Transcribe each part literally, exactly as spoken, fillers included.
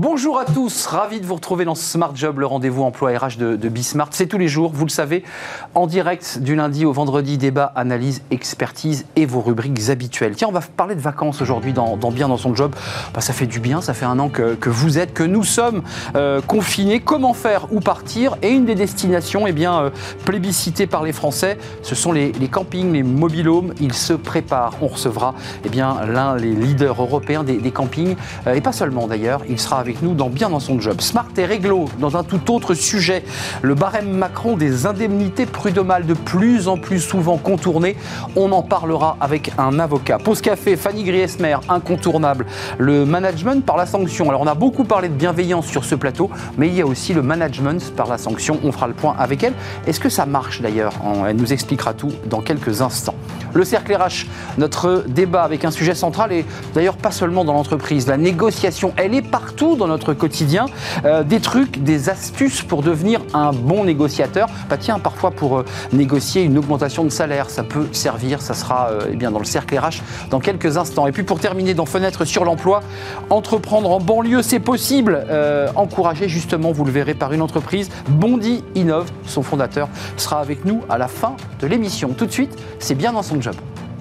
Bonjour à tous, ravi de vous retrouver dans Smart Job, le rendez-vous emploi R H de, de Bismart. C'est tous les jours, vous le savez, en direct du lundi au vendredi, débat, analyse, expertise et vos rubriques habituelles. Tiens, on va parler de vacances aujourd'hui dans, dans Bien dans son job. Bah, ça fait du bien, ça fait un an que, que vous êtes, que nous sommes euh, confinés. Comment faire, où partir? Et une des destinations eh bien, euh, plébiscitées par les Français, ce sont les, les campings, les mobilhomes. Ils se préparent. On recevra eh bien, l'un des leaders européens des, des campings, euh, et pas seulement d'ailleurs, il sera avec nous dans Bien dans son job. Smart et réglo, dans un tout autre sujet, le barème Macron des indemnités prud'homales de plus en plus souvent contournées. On en parlera avec un avocat. Pause café, Fanny Griesmer, incontournable. Le management par la sanction. Alors on a beaucoup parlé de bienveillance sur ce plateau, mais il y a aussi le management par la sanction. On fera le point avec elle. Est-ce que ça marche d'ailleurs? Elle nous expliquera tout dans quelques instants. Le cercle R H, notre débat avec un sujet central et d'ailleurs pas seulement dans l'entreprise. La négociation, elle est partout dans notre quotidien, euh, des trucs, des astuces pour devenir un bon négociateur. Bah tiens, parfois pour euh, négocier une augmentation de salaire, ça peut servir, ça sera euh, eh bien dans le cercle R H dans quelques instants. Et puis pour terminer dans Fenêtre sur l'emploi, entreprendre en banlieue, c'est possible. Euh, encouragé justement, vous le verrez, par une entreprise, Bondy Innov, son fondateur sera avec nous à la fin de l'émission. Tout de suite, c'est Bien dans son job.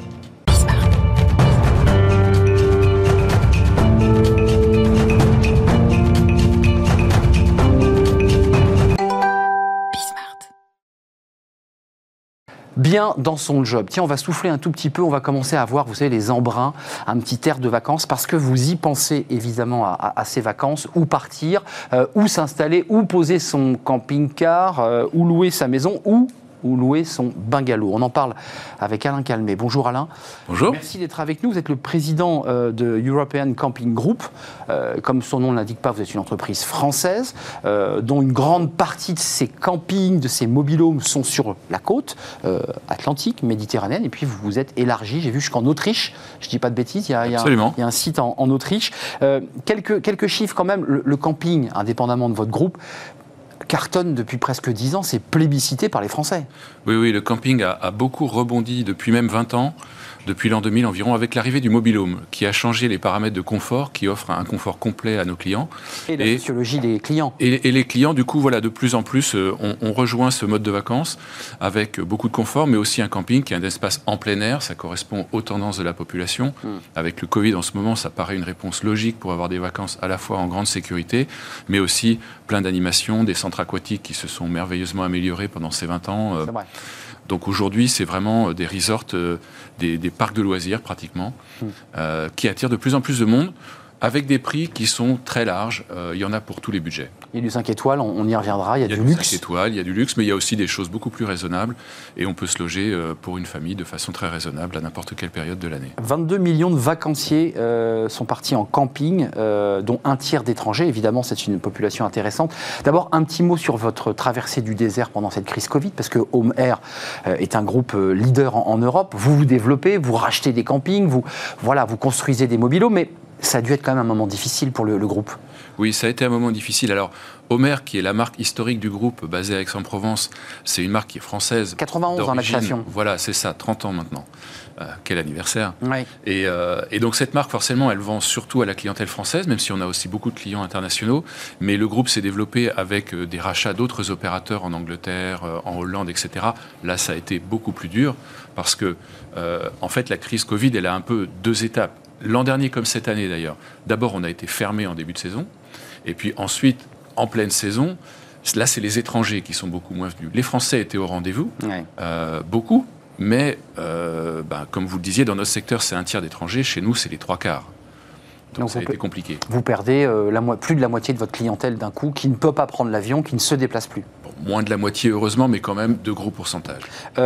Bien dans son job. Tiens, on va souffler un tout petit peu, on va commencer à voir, vous savez, les embruns, un petit air de vacances, parce que vous y pensez évidemment à, à, à ces vacances, où partir, euh, où s'installer, où poser son camping-car, euh, où louer sa maison, où ou louer son bungalow. On en parle avec Alain Calmet. Bonjour Alain. Bonjour. Merci d'être avec nous. Vous êtes le président euh, de European Camping Group. Euh, comme son nom ne l'indique pas, vous êtes une entreprise française euh, dont une grande partie de ces campings, de ces mobilhomes sont sur la côte euh, atlantique, méditerranéenne. Et puis vous vous êtes élargi, j'ai vu jusqu'en Autriche. Je ne dis pas de bêtises, il y a, il y a, un, il y a un site en, en Autriche. Euh, quelques, quelques chiffres quand même. Le, le camping, indépendamment de votre groupe, cartonne depuis presque dix ans, c'est plébiscité par les Français. Oui, oui, le camping a, a beaucoup rebondi depuis même vingt ans, depuis l'an deux mille environ, avec l'arrivée du mobilhome, qui a changé les paramètres de confort, qui offre un confort complet à nos clients. Et la et, sociologie des clients. Et, et les clients, du coup, voilà, de plus en plus, euh, on, on rejoint ce mode de vacances avec beaucoup de confort, mais aussi un camping qui est un espace en plein air, ça correspond aux tendances de la population. Mmh. Avec le Covid en ce moment, ça paraît une réponse logique pour avoir des vacances à la fois en grande sécurité, mais aussi plein d'animations, des centres aquatiques qui se sont merveilleusement améliorés pendant ces vingt ans. Euh, C'est vrai. Donc aujourd'hui, c'est vraiment des resorts, euh, des, des parcs de loisirs pratiquement, mmh. euh, qui attirent de plus en plus de monde, avec des prix qui sont très larges. Euh, il y en a pour tous les budgets. Il y a du cinq étoiles, on, on y reviendra, il y a, il y a du, du luxe. cinq étoiles, il y a du luxe, mais il y a aussi des choses beaucoup plus raisonnables. Et on peut se loger euh, pour une famille de façon très raisonnable à n'importe quelle période de l'année. vingt-deux millions de vacanciers euh, sont partis en camping, euh, dont un tiers d'étrangers. Évidemment, c'est une population intéressante. D'abord, un petit mot sur votre traversée du désert pendant cette crise Covid, parce que Home Air euh, est un groupe euh, leader en, en Europe. Vous vous développez, vous rachetez des campings, vous, voilà, vous construisez des mobilhomes, mais ça a dû être quand même un moment difficile pour le, le groupe. Oui, ça a été un moment difficile. Alors, Home Air, qui est la marque historique du groupe, basée à Aix-en-Provence, c'est une marque qui est française. quatre-vingt-onze en création. Voilà, c'est ça, trente ans maintenant. Euh, quel anniversaire. Oui. Et, euh, et donc cette marque, forcément, elle vend surtout à la clientèle française, même si on a aussi beaucoup de clients internationaux. Mais le groupe s'est développé avec euh, des rachats d'autres opérateurs en Angleterre, euh, en Hollande, et cetera. Là, ça a été beaucoup plus dur parce que, euh, en fait, la crise Covid, elle a un peu deux étapes. L'an dernier, comme cette année d'ailleurs, d'abord, on a été fermé en début de saison. Et puis ensuite, en pleine saison, là, c'est les étrangers qui sont beaucoup moins venus. Les Français étaient au rendez-vous, ouais. euh, beaucoup. Mais, euh, ben, comme vous le disiez, dans notre secteur, c'est un tiers d'étrangers. Chez nous, c'est les trois quarts. Donc, Donc ça a été compliqué. Vous perdez euh, la mo- plus de la moitié de votre clientèle d'un coup, qui ne peut pas prendre l'avion, qui ne se déplace plus. Bon, moins de la moitié, heureusement, mais quand même de gros pourcentages.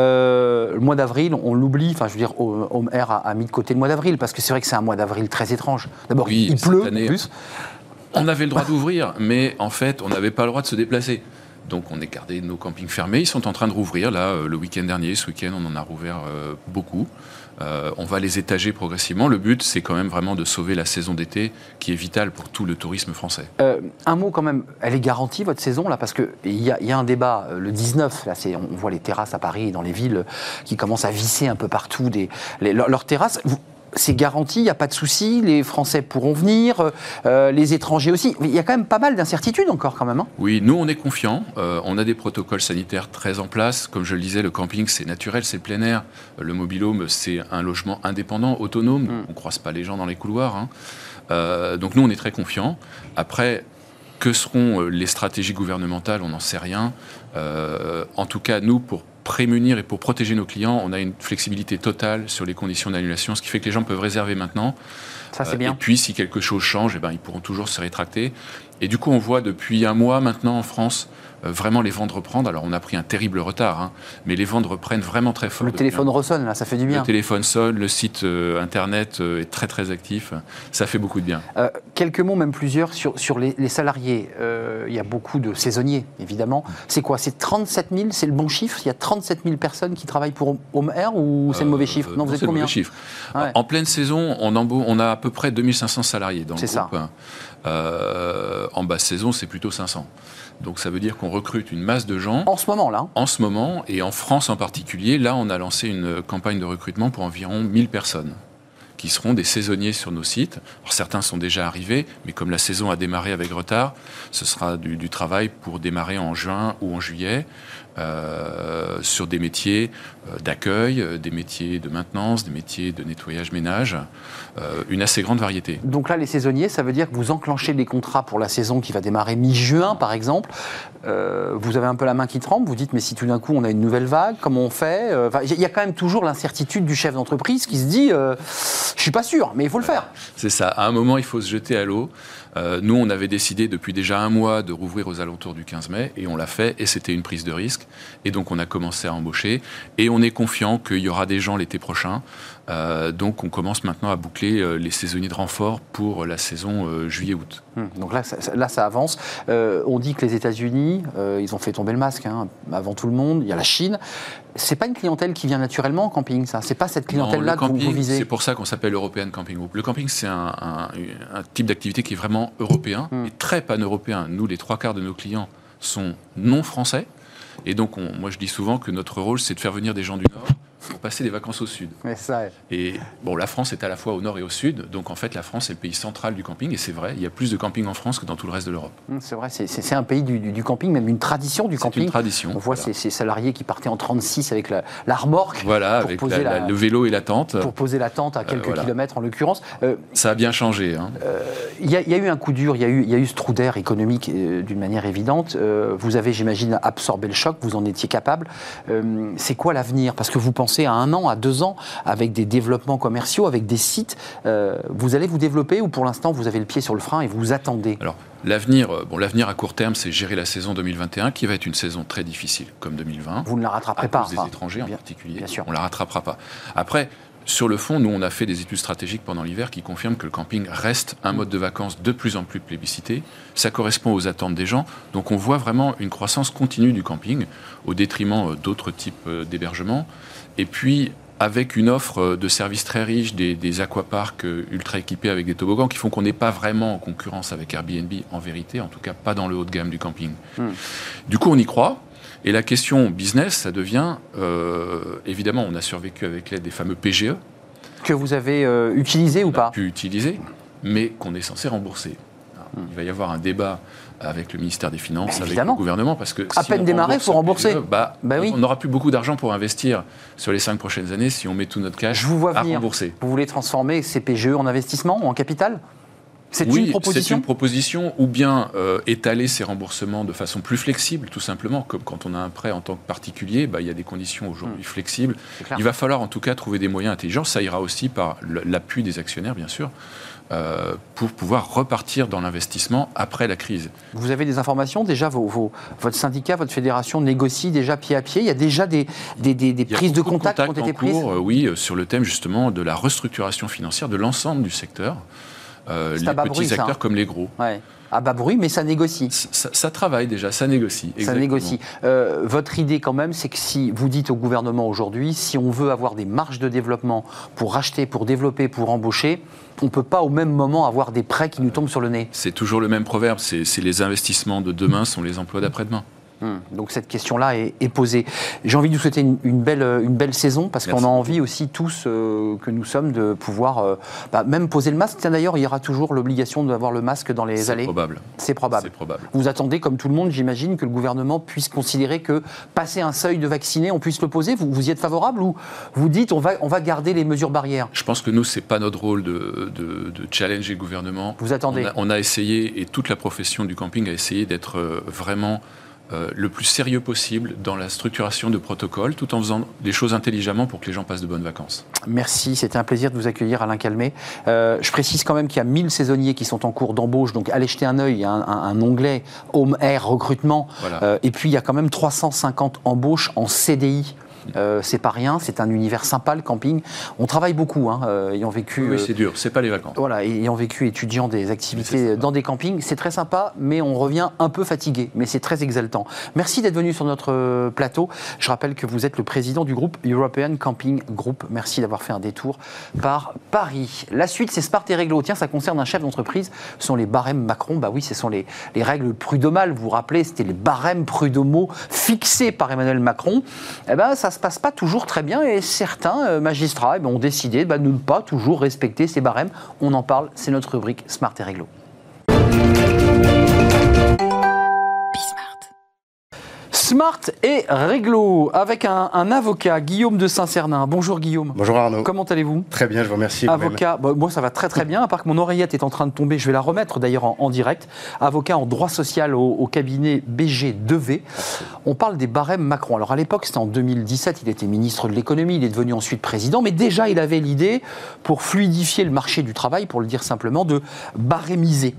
Euh, le mois d'avril, on l'oublie. Enfin, je veux dire, Home Air a, a mis de côté le mois d'avril, parce que c'est vrai que c'est un mois d'avril très étrange. D'abord, oui, il pleut, année, en plus. On avait le droit d'ouvrir, mais en fait, on n'avait pas le droit de se déplacer. Donc on est gardé nos campings fermés. Ils sont en train de rouvrir, là, euh, le week-end dernier. Ce week-end, on en a rouvert euh, beaucoup. Euh, on va les étager progressivement. Le but, c'est quand même vraiment de sauver la saison d'été, qui est vitale pour tout le tourisme français. Euh, un mot quand même, elle est garantie, votre saison, là, parce qu'il y, y a un débat, le dix-neuf, là, c'est, on voit les terrasses à Paris et dans les villes qui commencent à visser un peu partout des, les, leurs, leurs terrasses. Vous, c'est garanti, il n'y a pas de souci, les Français pourront venir, euh, les étrangers aussi. Il y a quand même pas mal d'incertitudes encore quand même. Hein. Oui, nous on est confiants, euh, on a des protocoles sanitaires très en place. Comme je le disais, le camping c'est naturel, c'est le plein air. Le mobil-home c'est un logement indépendant, autonome, mm. on ne croise pas les gens dans les couloirs. Hein. Euh, donc nous on est très confiants. Après, que seront les stratégies gouvernementales, on n'en sait rien. Euh, en tout cas, nous, pour prémunir et pour protéger nos clients, on a une flexibilité totale sur les conditions d'annulation, ce qui fait que les gens peuvent réserver maintenant. Ça, c'est bien. Et puis, si quelque chose change, eh ben, ils pourront toujours se rétracter. Et du coup, on voit depuis un mois maintenant en France, euh, vraiment les ventes reprendre. Alors, on a pris un terrible retard, hein, mais les ventes reprennent vraiment très fort. Le téléphone un... ressonne, là, ça fait du bien. Le téléphone sonne, le site euh, Internet euh, est très, très actif. Ça fait beaucoup de bien. Euh, quelques mots, même plusieurs, sur, sur les, les salariés. Euh, il y a beaucoup de saisonniers, évidemment. C'est quoi? C'est trente-sept mille, c'est le bon chiffre? Il y a trente-sept mille personnes qui travaillent pour Home Air ou c'est euh, le mauvais chiffre? Non, vous êtes combien? C'est le mauvais chiffre. Ouais. En pleine saison, on, emba... on a à peu près deux mille cinq cents salariés dans le groupe. C'est ça. Euh, en basse saison, c'est plutôt cinq cents. Donc ça veut dire qu'on recrute une masse de gens. En ce moment, là En ce moment, et en France en particulier, là, on a lancé une campagne de recrutement pour environ mille personnes qui seront des saisonniers sur nos sites. Alors, certains sont déjà arrivés, mais comme la saison a démarré avec retard, ce sera du, du travail pour démarrer en juin ou en juillet. Euh, sur des métiers euh, d'accueil, euh, des métiers de maintenance, des métiers de nettoyage-ménage, euh, une assez grande variété. Donc là, les saisonniers, ça veut dire que vous enclenchez les contrats pour la saison qui va démarrer mi-juin, par exemple. Euh, vous avez un peu la main qui tremble, vous dites, mais si tout d'un coup on a une nouvelle vague, comment on fait? Enfin, il y a quand même toujours l'incertitude du chef d'entreprise qui se dit, euh, je suis pas sûr, mais il faut le faire. C'est ça, à un moment, il faut se jeter à l'eau. Euh, nous, on avait décidé depuis déjà un mois de rouvrir aux alentours du quinze mai, et on l'a fait, et c'était une prise de risque. Et donc, on a commencé à embaucher, et on est confiant qu'il y aura des gens l'été prochain. Euh, donc, on commence maintenant à boucler euh, les saisonniers de renfort pour la saison euh, juillet-août. Hum, donc là, ça, là, ça avance. Euh, on dit que les États-Unis, euh, ils ont fait tomber le masque hein, avant tout le monde. Il y a la Chine. C'est pas une clientèle qui vient naturellement en camping, ça. C'est pas cette clientèle-là que vous, vous visez. C'est pour ça qu'on s'appelle European Camping Group. Le camping, c'est un, un, un type d'activité qui est vraiment européen hum. et très pan-européen. Nous, les trois quarts de nos clients sont non français. Et donc, on, moi, je dis souvent que notre rôle, c'est de faire venir des gens du Nord pour passer des vacances au Sud. Mais ça... Et bon, la France est à la fois au Nord et au Sud. Donc, en fait, la France est le pays central du camping. Et c'est vrai, il y a plus de camping en France que dans tout le reste de l'Europe. C'est vrai, c'est, c'est un pays du, du, du camping, même une tradition du c'est camping. C'est une tradition. On voit voilà. ces, ces salariés qui partaient en trente-six avec la, la remorque. Voilà, pour avec poser la, la, le vélo et la tente. Pour poser la tente à quelques euh, voilà. kilomètres, en l'occurrence. Euh, ça a bien changé. Il hein. euh, y, y a eu un coup dur, il y, y a eu ce trou d'air économique euh, d'une manière évidente. Euh, vous avez, j'imagine, absorbé le choc, vous en étiez capable. Euh, c'est quoi l'avenir? Parce que vous pensez à un an, à deux ans, avec des développements commerciaux, avec des sites. Euh, vous allez vous développer ou pour l'instant, vous avez le pied sur le frein et vous attendez? Alors, l'avenir, bon, l'avenir à court terme, c'est gérer la saison deux mille vingt et un, qui va être une saison très difficile, comme deux mille vingt. Vous ne la rattraperez à pas. cause des enfin, étrangers bien, en particulier. Bien sûr. On ne la rattrapera pas. Après, sur le fond, nous, on a fait des études stratégiques pendant l'hiver qui confirment que le camping reste un mode de vacances de plus en plus plébiscité. Ça correspond aux attentes des gens. Donc, on voit vraiment une croissance continue du camping au détriment d'autres types d'hébergements. Et puis, avec une offre de services très riche, des, des aquaparks ultra équipés avec des toboggans qui font qu'on n'est pas vraiment en concurrence avec Airbnb, en vérité, en tout cas pas dans le haut de gamme du camping. Mmh. Du coup, on y croit. Et la question business, ça devient, euh, évidemment, on a survécu avec l'aide des fameux P G E. Que vous avez euh, utilisé ou pas? Pu utiliser, mais qu'on est censé rembourser. Alors, mmh. Il va y avoir un débat avec le ministère des Finances, avec le gouvernement, parce que à si peine démarré, il faut rembourser. P G E, bah, bah oui. On n'aura plus beaucoup d'argent pour investir sur les cinq prochaines années si on met tout notre cash Je vous vois à venir. rembourser. Vous voulez transformer ces P G E en investissement ou en capital? C'est oui, une proposition. C'est une proposition, ou bien euh, étaler ces remboursements de façon plus flexible, tout simplement, comme quand on a un prêt en tant que particulier, bah, il y a des conditions aujourd'hui mmh. flexibles. Il va falloir en tout cas trouver des moyens intelligents. Ça ira aussi par l'appui des actionnaires, bien sûr, euh, pour pouvoir repartir dans l'investissement après la crise. Vous avez des informations déjà, vos, vos, votre syndicat, votre fédération négocie déjà pied à pied. Il y a déjà des, des, des, des prises de contact qui ont été prises cours, euh, Oui, sur le thème justement de la restructuration financière de l'ensemble du secteur. Euh, les petits bruit, acteurs ça. Comme les gros. Ouais. À bas bruit, mais ça négocie. Ça, ça, ça travaille déjà, ça négocie. Exactement. Ça négocie. Euh, votre idée quand même, c'est que si vous dites au gouvernement aujourd'hui, si on veut avoir des marges de développement pour racheter, pour développer, pour embaucher, on ne peut pas au même moment avoir des prêts qui nous tombent sur le nez. C'est toujours le même proverbe, c'est, c'est les investissements de demain sont les emplois d'après-demain. Hum, donc cette question-là est, est posée. J'ai envie de vous souhaiter une, une, belle, une belle saison, parce Merci. qu'on a envie aussi tous euh, que nous sommes de pouvoir euh, bah, même poser le masque. Tiens, d'ailleurs, il y aura toujours l'obligation d'avoir le masque dans les C'est allées. Probable. C'est probable. C'est probable. Vous attendez, comme tout le monde, j'imagine, que le gouvernement puisse considérer que passer un seuil de vaccinés, on puisse le poser. Vous, vous y êtes favorable ou vous dites on va, on va garder les mesures barrières? Je pense que nous, c'est pas notre rôle de, de, de challenger le gouvernement. Vous attendez. On a, on a essayé, et toute la profession du camping a essayé d'être euh, vraiment Euh, le plus sérieux possible dans la structuration de protocoles, tout en faisant les choses intelligemment pour que les gens passent de bonnes vacances. Merci, c'était un plaisir de vous accueillir, Alain Calmet. Euh, je précise quand même qu'il y a mille saisonniers qui sont en cours d'embauche, donc allez jeter un œil, il y a un, un, un onglet Home Air Recrutement, voilà. euh, et puis il y a quand même trois cent cinquante embauches en C D I. Euh, c'est pas rien, c'est un univers sympa le camping. On travaille beaucoup, hein, euh, ayant vécu. Oui, c'est dur, c'est pas les vacances. Voilà, ayant vécu étudiant des activités dans des campings, c'est très sympa, mais on revient un peu fatigué. Mais c'est très exaltant. Merci d'être venu sur notre plateau. Je rappelle que vous êtes le président du groupe European Camping Group. Merci d'avoir fait un détour par Paris. La suite, c'est Smart et Réglo. Tiens, ça concerne un chef d'entreprise. Ce sont les barèmes Macron. Bah oui, ce sont les, les règles prud'homales. Vous vous rappelez, c'était les barèmes prud'homaux fixés par Emmanuel Macron. Eh ben, ça se passe pas toujours très bien et certains euh, magistrats eh ben, ont décidé bah, de ne pas toujours respecter ces barèmes. On en parle, c'est notre rubrique Smart et Réglo. Smart et Réglo, avec un, un avocat, Guillaume de Saint-Cernin. Bonjour Guillaume. Bonjour Arnaud. Comment allez-vous? Très bien, je vous remercie. Avocat, bon, moi ça va très très bien, à part que mon oreillette est en train de tomber, je vais la remettre d'ailleurs en, en direct. Avocat en droit social au, au cabinet B G deux V. On parle des barèmes Macron. Alors à l'époque, c'était en deux mille dix-sept, il était ministre de l'économie, il est devenu ensuite président, mais déjà il avait l'idée, pour fluidifier le marché du travail, pour le dire simplement, de barémiser.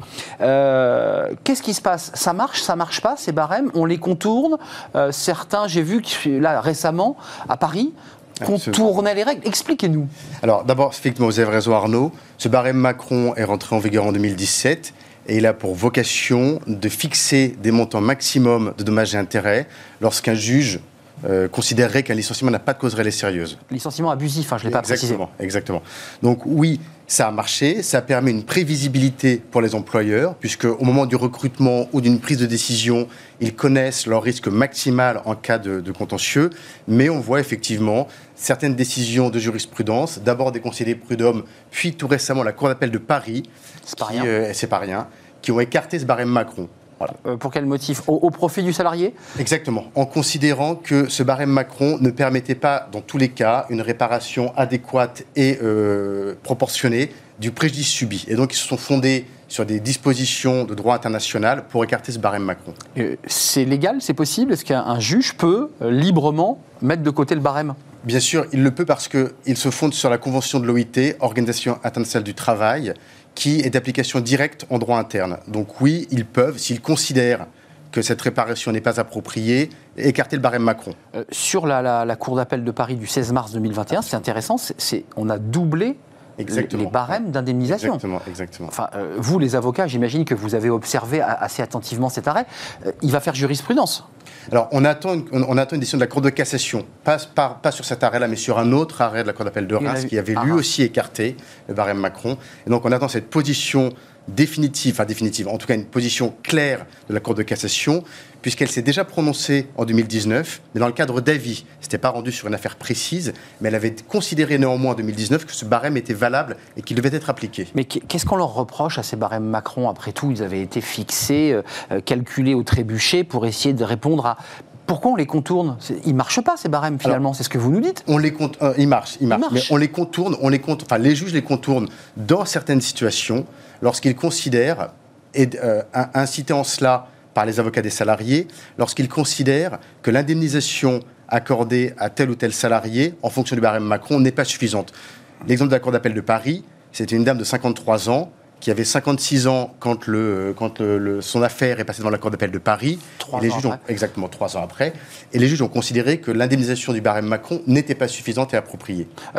Euh, qu'est-ce qui se passe? Ça marche, ça marche pas, ces barèmes? On les contourne? Euh, certains, j'ai vu que là récemment à Paris, contournaient les règles. Expliquez-nous. Alors d'abord, effectivement, vous avez raison Arnaud. Ce barème Macron est rentré en vigueur en deux mille dix-sept et il a pour vocation de fixer des montants maximum de dommages et intérêts lorsqu'un juge Euh, considérerait qu'un licenciement n'a pas de cause réelle et sérieuse. Licenciement abusif, hein, je ne l'ai pas précisé. Exactement, exactement. Donc oui, ça a marché, ça permet une prévisibilité pour les employeurs, puisque au moment du recrutement ou d'une prise de décision, ils connaissent leur risque maximal en cas de, de contentieux, mais on voit effectivement certaines décisions de jurisprudence, d'abord des conseillers prud'hommes, puis tout récemment la Cour d'appel de Paris, c'est pas qui, rien. Euh, c'est pas rien, qui ont écarté ce barème Macron. Voilà. Euh, pour quel motif? au, au profit du salarié? Exactement, en considérant que ce barème Macron ne permettait pas, dans tous les cas, une réparation adéquate et euh, proportionnée du préjudice subi. Et donc, ils se sont fondés sur des dispositions de droit international pour écarter ce barème Macron. Euh, c'est légal, c'est possible? Est-ce qu'un juge peut euh, librement mettre de côté le barème? Bien sûr, il le peut parce qu'il se fonde sur la Convention de l'O I T, Organisation internationale du travail, qui est d'application directe en droit interne. Donc oui, ils peuvent, s'ils considèrent que cette réparation n'est pas appropriée, écarter le barème Macron. Euh, sur la, la, la Cour d'appel de Paris du seize mars deux mille vingt et un, c'est intéressant, c'est, c'est, on a doublé Exactement. les, les barèmes d'indemnisation. Exactement, exactement. Enfin, euh, vous, les avocats, j'imagine que vous avez observé assez attentivement cet arrêt. Euh, il va faire jurisprudence. Alors, on attend, une, on attend une décision de la Cour de cassation, pas, pas, pas sur cet arrêt-là, mais sur un autre arrêt de la Cour d'appel de Reims, qui avait lui aussi écarté le barème Macron. Et donc, on attend cette position définitive, enfin définitive, en tout cas une position claire de la Cour de cassation, puisqu'elle s'est déjà prononcée en deux mille dix-neuf, mais dans le cadre d'avis. Ce n'était pas rendu sur une affaire précise, mais elle avait considéré néanmoins en deux mille dix-neuf que ce barème était valable et qu'il devait être appliqué. Mais qu'est-ce qu'on leur reproche à ces barèmes Macron? Après tout, ils avaient été fixés, euh, calculés au trébuchet pour essayer de répondre à... Pourquoi on les contourne? Ils ne marchent pas, ces barèmes, finalement. Alors, c'est ce que vous nous dites. On les compte, euh, ils marchent, ils marchent, ils marchent. Mais on les contourne, on les compte, enfin, les juges les contournent dans certaines situations lorsqu'ils considèrent, et euh, incité en cela par les avocats des salariés, lorsqu'ils considèrent que l'indemnisation accordée à tel ou tel salarié, en fonction du barème Macron, n'est pas suffisante. L'exemple de la Cour d'appel de Paris, c'était une dame de cinquante-trois ans, qui avait cinquante-six ans quand, le, quand le, le, son affaire est passée devant la Cour d'appel de Paris. Trois et les ans juges après. Ont, exactement, trois ans après. Et les juges ont considéré que l'indemnisation du barème Macron n'était pas suffisante et appropriée. Euh,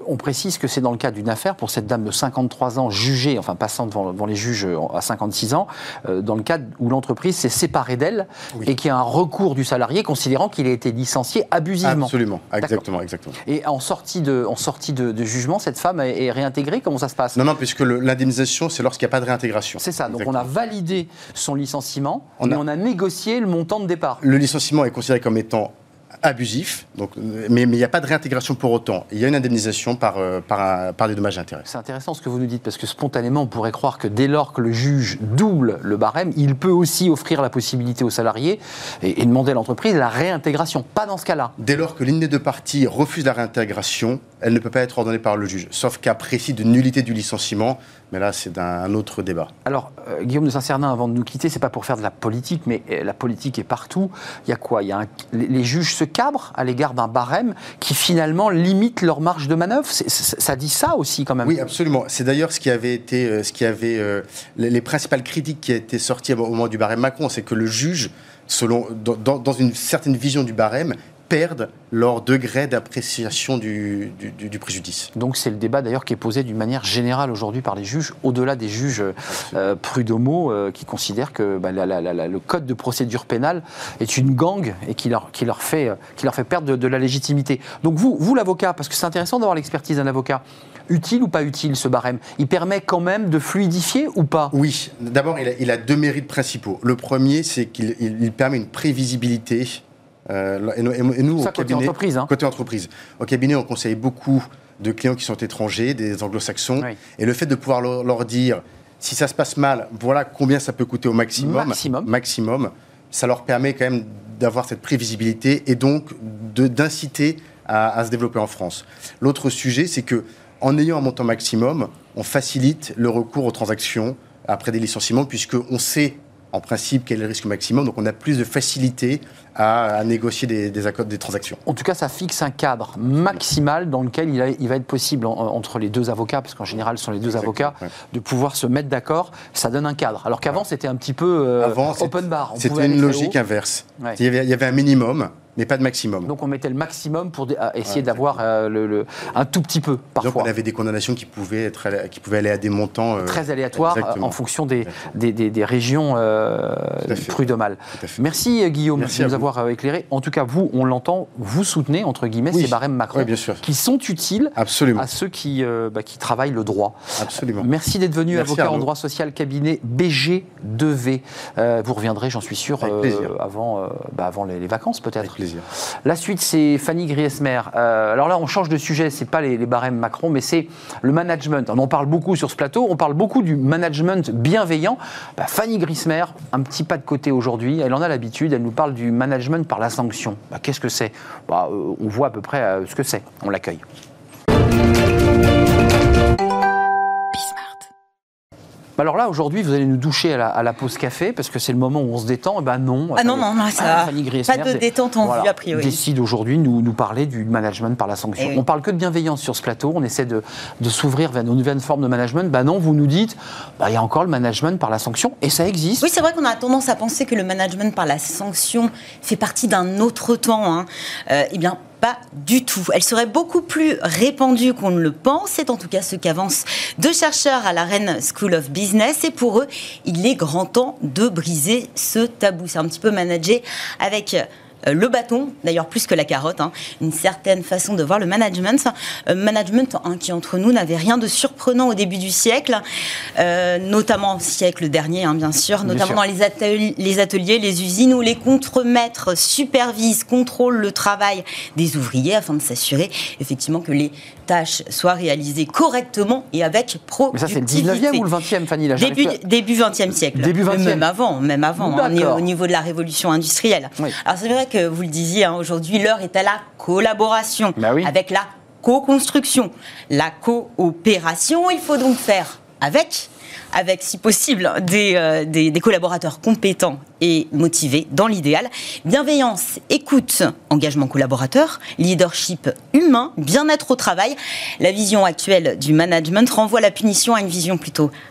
on précise que c'est dans le cadre d'une affaire pour cette dame de cinquante-trois ans jugée, enfin passant devant, devant les juges à cinquante-six ans, euh, dans le cadre où l'entreprise s'est séparée d'elle oui. et qu'il y a un recours du salarié considérant qu'il a été licencié abusivement. Absolument, exactement, exactement. Et en sortie de, en sortie de, de jugement, cette femme est, est réintégrée. Comment ça se passe? Non, non, puisque le, l'indemnisation, c'est lorsqu'il n'y a pas de réintégration. C'est ça. Donc exactement. On a validé son licenciement, on mais a... on a négocié le montant de départ. Le licenciement est considéré comme étant abusif, donc, mais il n'y a pas de réintégration pour autant. Il y a une indemnisation par, euh, par, un, par des dommages et intérêts. C'est intéressant ce que vous nous dites, parce que spontanément, on pourrait croire que dès lors que le juge double le barème, il peut aussi offrir la possibilité aux salariés et, et demander à l'entreprise la réintégration. Pas dans ce cas-là. Dès lors que l'une des deux parties refuse la réintégration, elle ne peut pas être ordonnée par le juge, sauf cas précis de nullité du licenciement. Mais là, c'est un, un autre débat. Alors, euh, Guillaume de Saint-Cernin, avant de nous quitter, c'est pas pour faire de la politique, mais euh, la politique est partout. Il y a quoi? Il y a un, les, les juges se cabrent à l'égard d'un barème qui finalement limite leur marge de manœuvre. C'est, c'est, ça dit ça aussi quand même. Oui, absolument. C'est d'ailleurs ce qui avait été, euh, ce qui avait euh, les, les principales critiques qui étaient sorties au moment du barème Macron, c'est que le juge, selon dans, dans une certaine vision du barème, perdent leur degré d'appréciation du, du, du préjudice. Donc c'est le débat d'ailleurs qui est posé d'une manière générale aujourd'hui par les juges, au-delà des juges euh, prud'homaux euh, qui considèrent que bah, la, la, la, le code de procédure pénale est une gangue et qui leur, qui leur, fait, qui leur fait perdre de, de la légitimité. Donc vous, vous l'avocat, parce que c'est intéressant d'avoir l'expertise d'un avocat, utile ou pas utile ce barème? Il permet quand même de fluidifier ou pas? Oui, d'abord il a, il a deux mérites principaux. Le premier, c'est qu'il il, il permet une prévisibilité. Euh, et, et nous, ça, au côté cabinet, entreprise. Hein. Côté entreprise. Au cabinet, on conseille beaucoup de clients qui sont étrangers, des anglo-saxons. Oui. Et le fait de pouvoir leur, leur dire, si ça se passe mal, voilà combien ça peut coûter au maximum. Maximum. Maximum. Ça leur permet quand même d'avoir cette prévisibilité et donc de, d'inciter à, à se développer en France. L'autre sujet, c'est qu'en ayant un montant maximum, on facilite le recours aux transactions après des licenciements, puisqu'on sait en principe quel est le risque maximum, donc on a plus de facilité à, à négocier des, des accords, des transactions. En tout cas, ça fixe un cadre maximal dans lequel il, a, il va être possible en, entre les deux avocats, parce qu'en général ce sont les deux Exactement, avocats, ouais. de pouvoir se mettre d'accord. Ça donne un cadre. Alors qu'avant, ouais. c'était un petit peu euh, Avant, open bar. On c'était une logique inverse. Ouais. Il, y avait, il y avait un minimum, mais pas de maximum. Donc on mettait le maximum pour essayer ouais, d'avoir euh, le, le, un tout petit peu, parfois. Donc on avait des condamnations qui pouvaient, être, qui pouvaient aller à des montants... Euh, très aléatoires euh, en fonction des, des, des, des régions euh, prud'homales. Merci Guillaume Merci de nous avoir éclairé. En tout cas, vous, on l'entend, vous soutenez, entre guillemets, oui. ces barèmes Macron oui, bien sûr. qui sont utiles Absolument. à ceux qui, euh, bah, qui travaillent le droit. Absolument. Merci d'être venu, Merci avocat en droit social, cabinet B G deux V. Euh, vous reviendrez, j'en suis sûr, euh, avant, euh, bah, avant les, les vacances peut-être. Avec plaisir. La suite, c'est Fanny Griesmer. Euh, alors là, on change de sujet, c'est pas les, les barèmes Macron, mais c'est le management. On en parle beaucoup sur ce plateau, on parle beaucoup du management bienveillant. Bah, Fanny Griesmer, un petit pas de côté aujourd'hui, elle en a l'habitude, elle nous parle du management par la sanction. Bah, qu'est-ce que c'est? bah, euh, On voit à peu près euh, ce que c'est. On l'accueille. Alors là, aujourd'hui, vous allez nous doucher à la, à la pause café, parce que c'est le moment où on se détend. Eh ben non. Ah non, non, non, ça Fanny Griesmer, pas de détente en voilà, vue, a priori. décide aujourd'hui de nous, nous parler du management par la sanction. Oui. On parle que de bienveillance sur ce plateau, on essaie de, de s'ouvrir vers nos nouvelles formes de management. Ben non, vous nous dites, bah, il y a encore le management par la sanction, et ça existe. Oui, c'est vrai qu'on a tendance à penser que le management par la sanction fait partie d'un autre temps. Hein. Euh, eh bien, pas du tout. Elle serait beaucoup plus répandue qu'on ne le pense. C'est en tout cas ce qu'avancent deux chercheurs à la Rennes School of Business. Et pour eux, il est grand temps de briser ce tabou. C'est un petit peu managé avec le bâton, d'ailleurs plus que la carotte, hein, une certaine façon de voir le management. Euh, management hein, qui, entre nous, n'avait rien de surprenant au début du siècle, euh, notamment au siècle dernier, hein, bien sûr, bien notamment sûr. dans les ateliers, les ateliers, les usines, où les contremaîtres supervisent, contrôlent le travail des ouvriers afin de s'assurer, effectivement, que les tâches soient réalisées correctement et avec productivité. Mais ça, c'est le dix-neuvième ou le vingtième, Fanny là, Début, à... début vingtième siècle. Début vingtième. Même avant, même avant hein, au niveau de la révolution industrielle. Oui. Alors, c'est vrai que vous le disiez, hein, aujourd'hui, l'heure est à la collaboration bah oui. avec la co-construction, la coopération. Il faut donc faire avec, avec si possible, des, euh, des, des collaborateurs compétents et motivés dans l'idéal. Bienveillance, écoute, engagement collaborateur, leadership humain, bien-être au travail. La vision actuelle du management renvoie la punition à une vision plutôt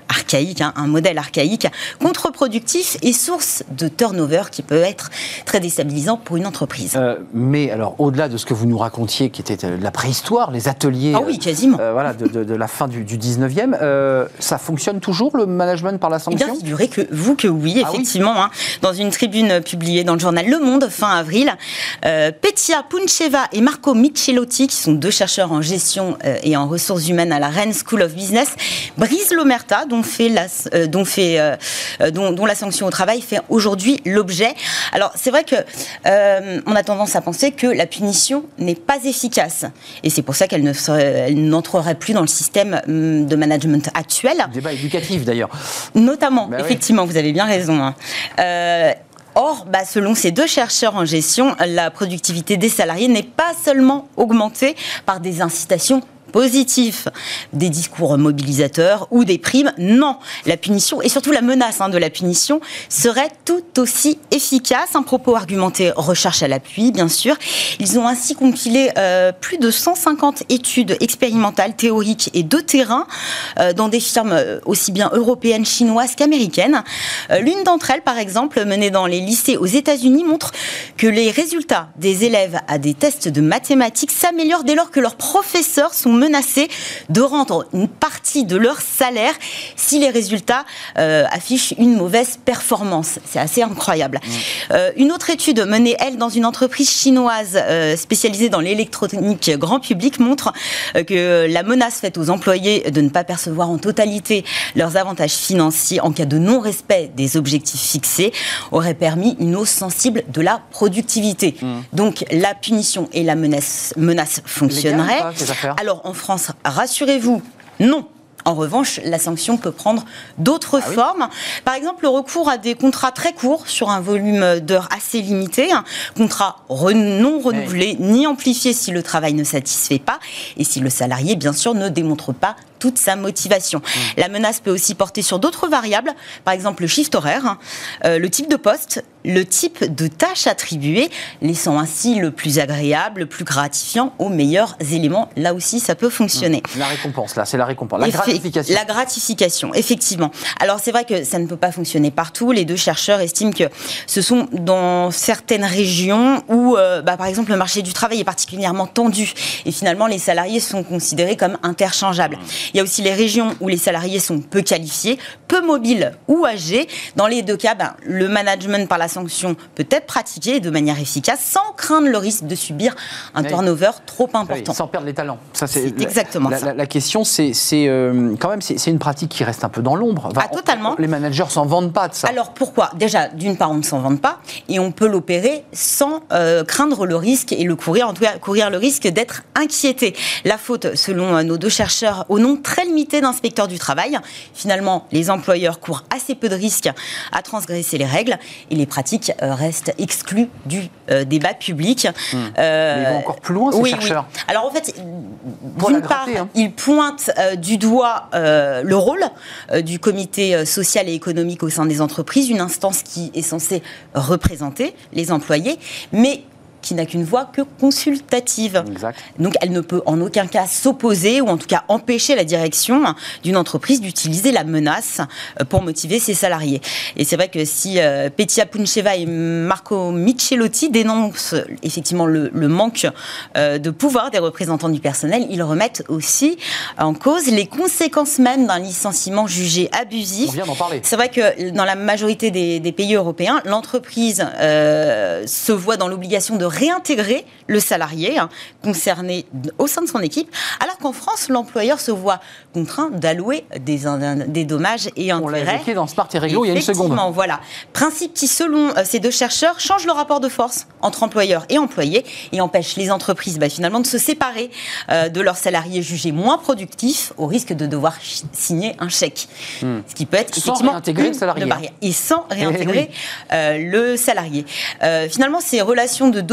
archaïque, hein, un modèle archaïque, contre-productif et source de turnover qui peut être très déstabilisant pour une entreprise. Euh, mais alors, au-delà de ce que vous nous racontiez, qui était de la préhistoire, les ateliers ah oui, quasiment. Euh, voilà, de, de, de la fin du, du dix-neuvième, euh, ça fonctionne toujours, le management par la sanction ? Eh bien, figurez que vous que oui, effectivement. Ah oui. Hein, dans une tribune publiée dans le journal Le Monde, fin avril, euh, Petya Puncheva et Marco Michelotti, qui sont deux chercheurs en gestion euh, et en ressources humaines à la Rennes School of Business, brisent l'omerta dont, fait la, euh, dont, fait, euh, dont, dont la sanction au travail fait aujourd'hui l'objet. Alors, c'est vrai que euh, on a tendance à penser que la punition n'est pas efficace. Et c'est pour ça qu'elle ne serait, elle n'entrerait plus dans le système de management actuel. Débat éducatif, d'ailleurs. Notamment, bah effectivement, oui. Vous avez bien raison. Hein. Euh, Or, bah, selon ces deux chercheurs en gestion, la productivité des salariés n'est pas seulement augmentée par des incitations positifs, des discours mobilisateurs ou des primes. Non, la punition et surtout la menace hein, de la punition serait tout aussi efficace. Un propos argumenté recherche à l'appui, bien sûr. Ils ont ainsi compilé euh, plus de cent cinquante études expérimentales, théoriques et de terrain euh, dans des firmes aussi bien européennes, chinoises qu'américaines. Euh, l'une d'entre elles, par exemple, menée dans les lycées aux États-Unis, montre que les résultats des élèves à des tests de mathématiques s'améliorent dès lors que leurs professeurs sont menacés de rendre une partie de leur salaire si les résultats euh, affichent une mauvaise performance. C'est assez incroyable. Mmh. Euh, une autre étude menée, elle, dans une entreprise chinoise euh, spécialisée dans l'électronique grand public montre euh, que la menace faite aux employés de ne pas percevoir en totalité leurs avantages financiers en cas de non-respect des objectifs fixés aurait permis une hausse sensible de la productivité. Mmh. Donc la punition et la menace, menace fonctionneraient. Alors, en France, rassurez-vous, non. En revanche, la sanction peut prendre d'autres ah formes. Oui. Par exemple, le recours à des contrats très courts sur un volume d'heures assez limité, un contrat re- non renouvelé oui. ni amplifié si le travail ne satisfait pas et si le salarié, bien sûr, ne démontre pas toute sa motivation. Mmh. La menace peut aussi porter sur d'autres variables, par exemple le shift horaire, euh, le type de poste, le type de tâches attribuées, laissant ainsi le plus agréable, le plus gratifiant aux meilleurs éléments. Là aussi, ça peut fonctionner. Mmh. La récompense, là, c'est la récompense. La Effe- gratification. La gratification, effectivement. Alors, c'est vrai que ça ne peut pas fonctionner partout. Les deux chercheurs estiment que ce sont dans certaines régions où, euh, bah, par exemple, le marché du travail est particulièrement tendu et finalement, les salariés sont considérés comme interchangeables. Mmh. Il y a aussi les régions où les salariés sont peu qualifiés, peu mobiles ou âgés. Dans les deux cas, ben, le management par la sanction peut être pratiqué de manière efficace sans craindre le risque de subir un oui. turnover trop important. Oui, sans perdre les talents. Ça, c'est, c'est exactement la, ça. La, la question, c'est, c'est euh, quand même c'est, c'est une pratique qui reste un peu dans l'ombre. Enfin, ah, totalement. On, les managers s'en vantent pas de ça. Alors pourquoi ? Déjà, d'une part, on ne s'en vante pas et on peut l'opérer sans euh, craindre le risque et le courir, en tout cas courir le risque d'être inquiété. La faute, selon euh, nos deux chercheurs, au nom très limité d'inspecteurs du travail. Finalement, les employeurs courent assez peu de risques à transgresser les règles et les pratiques euh, restent exclues du euh, débat public. Mmh. Euh, Mais ils vont encore plus loin, ces oui, chercheurs. Oui. Alors en fait, d'une part, hein. ils pointent euh, du doigt euh, le rôle euh, du comité social et économique au sein des entreprises, une instance qui est censée représenter les employés, mais qui n'a qu'une voix que consultative. Exact. Donc elle ne peut en aucun cas s'opposer ou en tout cas empêcher la direction d'une entreprise d'utiliser la menace pour motiver ses salariés. Et c'est vrai que si euh, Petya Puncheva et Marco Michelotti dénoncent effectivement le, le manque euh, de pouvoir des représentants du personnel, ils remettent aussi en cause les conséquences même d'un licenciement jugé abusif. On vient d'en parler. C'est vrai que dans la majorité des, des pays européens, l'entreprise euh, se voit dans l'obligation de réintégrer le salarié hein, concerné au sein de son équipe, alors qu'en France, l'employeur se voit contraint d'allouer des, des dommages et intérêts. On l'a évoqué dans Smart et Réglo il y a une seconde. Voilà. Principe qui, selon euh, ces deux chercheurs, change le rapport de force entre employeurs et employés et empêche les entreprises bah, finalement de se séparer euh, de leurs salariés jugés moins productifs au risque de devoir ch- signer un chèque. Hmm. Ce qui peut être sans effectivement réintégrer le salarié. Et sans réintégrer oui. euh, le salarié. Euh, finalement, ces relations de domination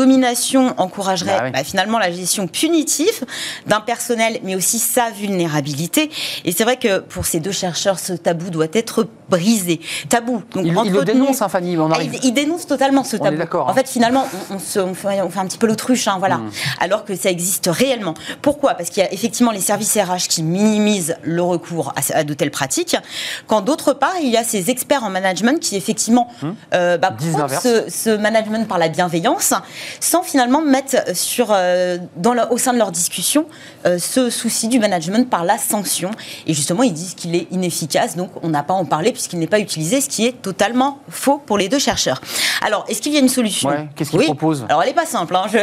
domination encouragerait bah oui. bah, finalement la gestion punitive d'un personnel, mais aussi sa vulnérabilité. Et c'est vrai que pour ces deux chercheurs, ce tabou doit être brisé. Tabou. Donc, il, il le dénonce, hein, Fanny. On arrive... il, il dénonce totalement ce tabou. En hein. fait, finalement, on, on, se, on, fait, on fait un petit peu l'autruche, hein, voilà. Mmh. Alors que ça existe réellement. Pourquoi ? Parce qu'il y a effectivement les services R H qui minimisent le recours à, à de telles pratiques, quand d'autre part, il y a ces experts en management qui effectivement mmh. euh, bah, prônent ce, ce management par la bienveillance, sans finalement mettre sur, euh, dans le, au sein de leur discussion euh, ce souci du management par la sanction. Et justement, ils disent qu'il est inefficace, donc on n'a pas à en parler puisqu'il n'est pas utilisé, ce qui est totalement faux pour les deux chercheurs. Alors, est-ce qu'il y a une solution ? ouais, Qu'est-ce qu'ils oui. proposent ? Alors, elle n'est pas simple, hein, je,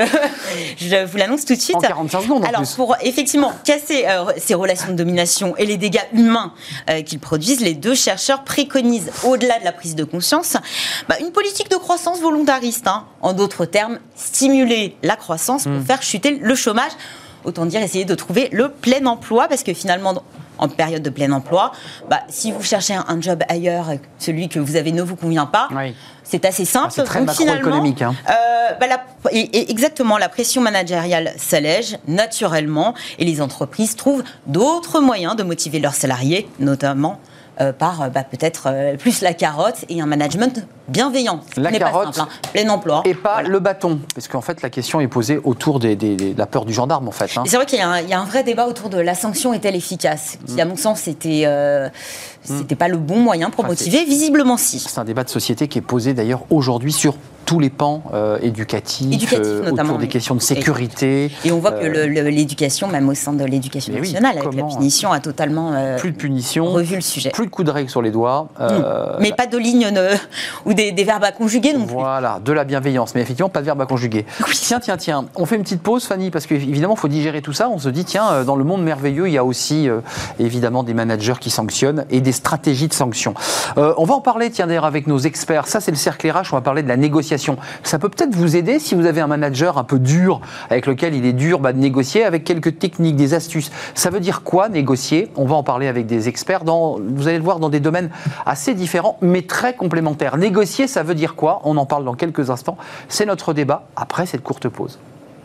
je vous l'annonce tout de suite. En quarante-cinq secondes en Alors, plus. pour effectivement casser euh, ces relations de domination et les dégâts humains euh, qu'ils produisent, les deux chercheurs préconisent, au-delà de la prise de conscience, bah, une politique de croissance volontariste. Hein. En d'autres termes, stimuler la croissance pour mmh. faire chuter le chômage. Autant dire, essayer de trouver le plein emploi, parce que finalement, en période de plein emploi, bah, si vous cherchez un, un job ailleurs, celui que vous avez ne vous convient pas, oui. c'est assez simple. Ah, c'est très macroéconomique. Hein. Euh, bah, la, et, et exactement, la pression managériale s'allège naturellement et les entreprises trouvent d'autres moyens de motiver leurs salariés, notamment Euh, par bah, peut-être euh, plus la carotte et un management bienveillant. La carotte, pas simple, hein. Plein emploi. Et pas voilà. le bâton. Parce qu'en fait, la question est posée autour des, des, des, de la peur du gendarme, en fait. Hein. Et c'est vrai qu'il y a, un, il y a un vrai débat autour de la sanction est-elle efficace, qui, mmh. à mon sens, c'était, euh, c'était mmh. pas le bon moyen pour enfin, motiver. Visiblement, si. C'est un débat de société qui est posé d'ailleurs aujourd'hui sur tous les pans euh, éducatifs, Éducatif, euh, autour des oui. questions de sécurité. Et, et on voit euh, que le, le, l'éducation, même au sein de l'éducation nationale, oui, avec la punition, a totalement euh, plus de punition, revu le sujet. Plus de coups de règle sur les doigts. Euh, mais pas de lignes ne, ou des, des verbes à conjuguer non plus. Voilà, de la bienveillance, mais effectivement pas de verbes à conjuguer. Oui. Tiens, tiens, tiens, on fait une petite pause, Fanny, parce qu'évidemment, il faut digérer tout ça. On se dit, tiens, dans le monde merveilleux, il y a aussi euh, évidemment des managers qui sanctionnent et des stratégies de sanctions. Euh, on va en parler, tiens, d'ailleurs, avec nos experts. Ça, c'est le cercle R H, on va parler de la négociation. Ça peut peut-être vous aider si vous avez un manager un peu dur, avec lequel il est dur bah, de négocier, avec quelques techniques, des astuces. Ça veut dire quoi, négocier ? On va en parler avec des experts, dans, vous allez le voir, dans des domaines assez différents, mais très complémentaires. Négocier, ça veut dire quoi ? On en parle dans quelques instants. C'est notre débat après cette courte pause.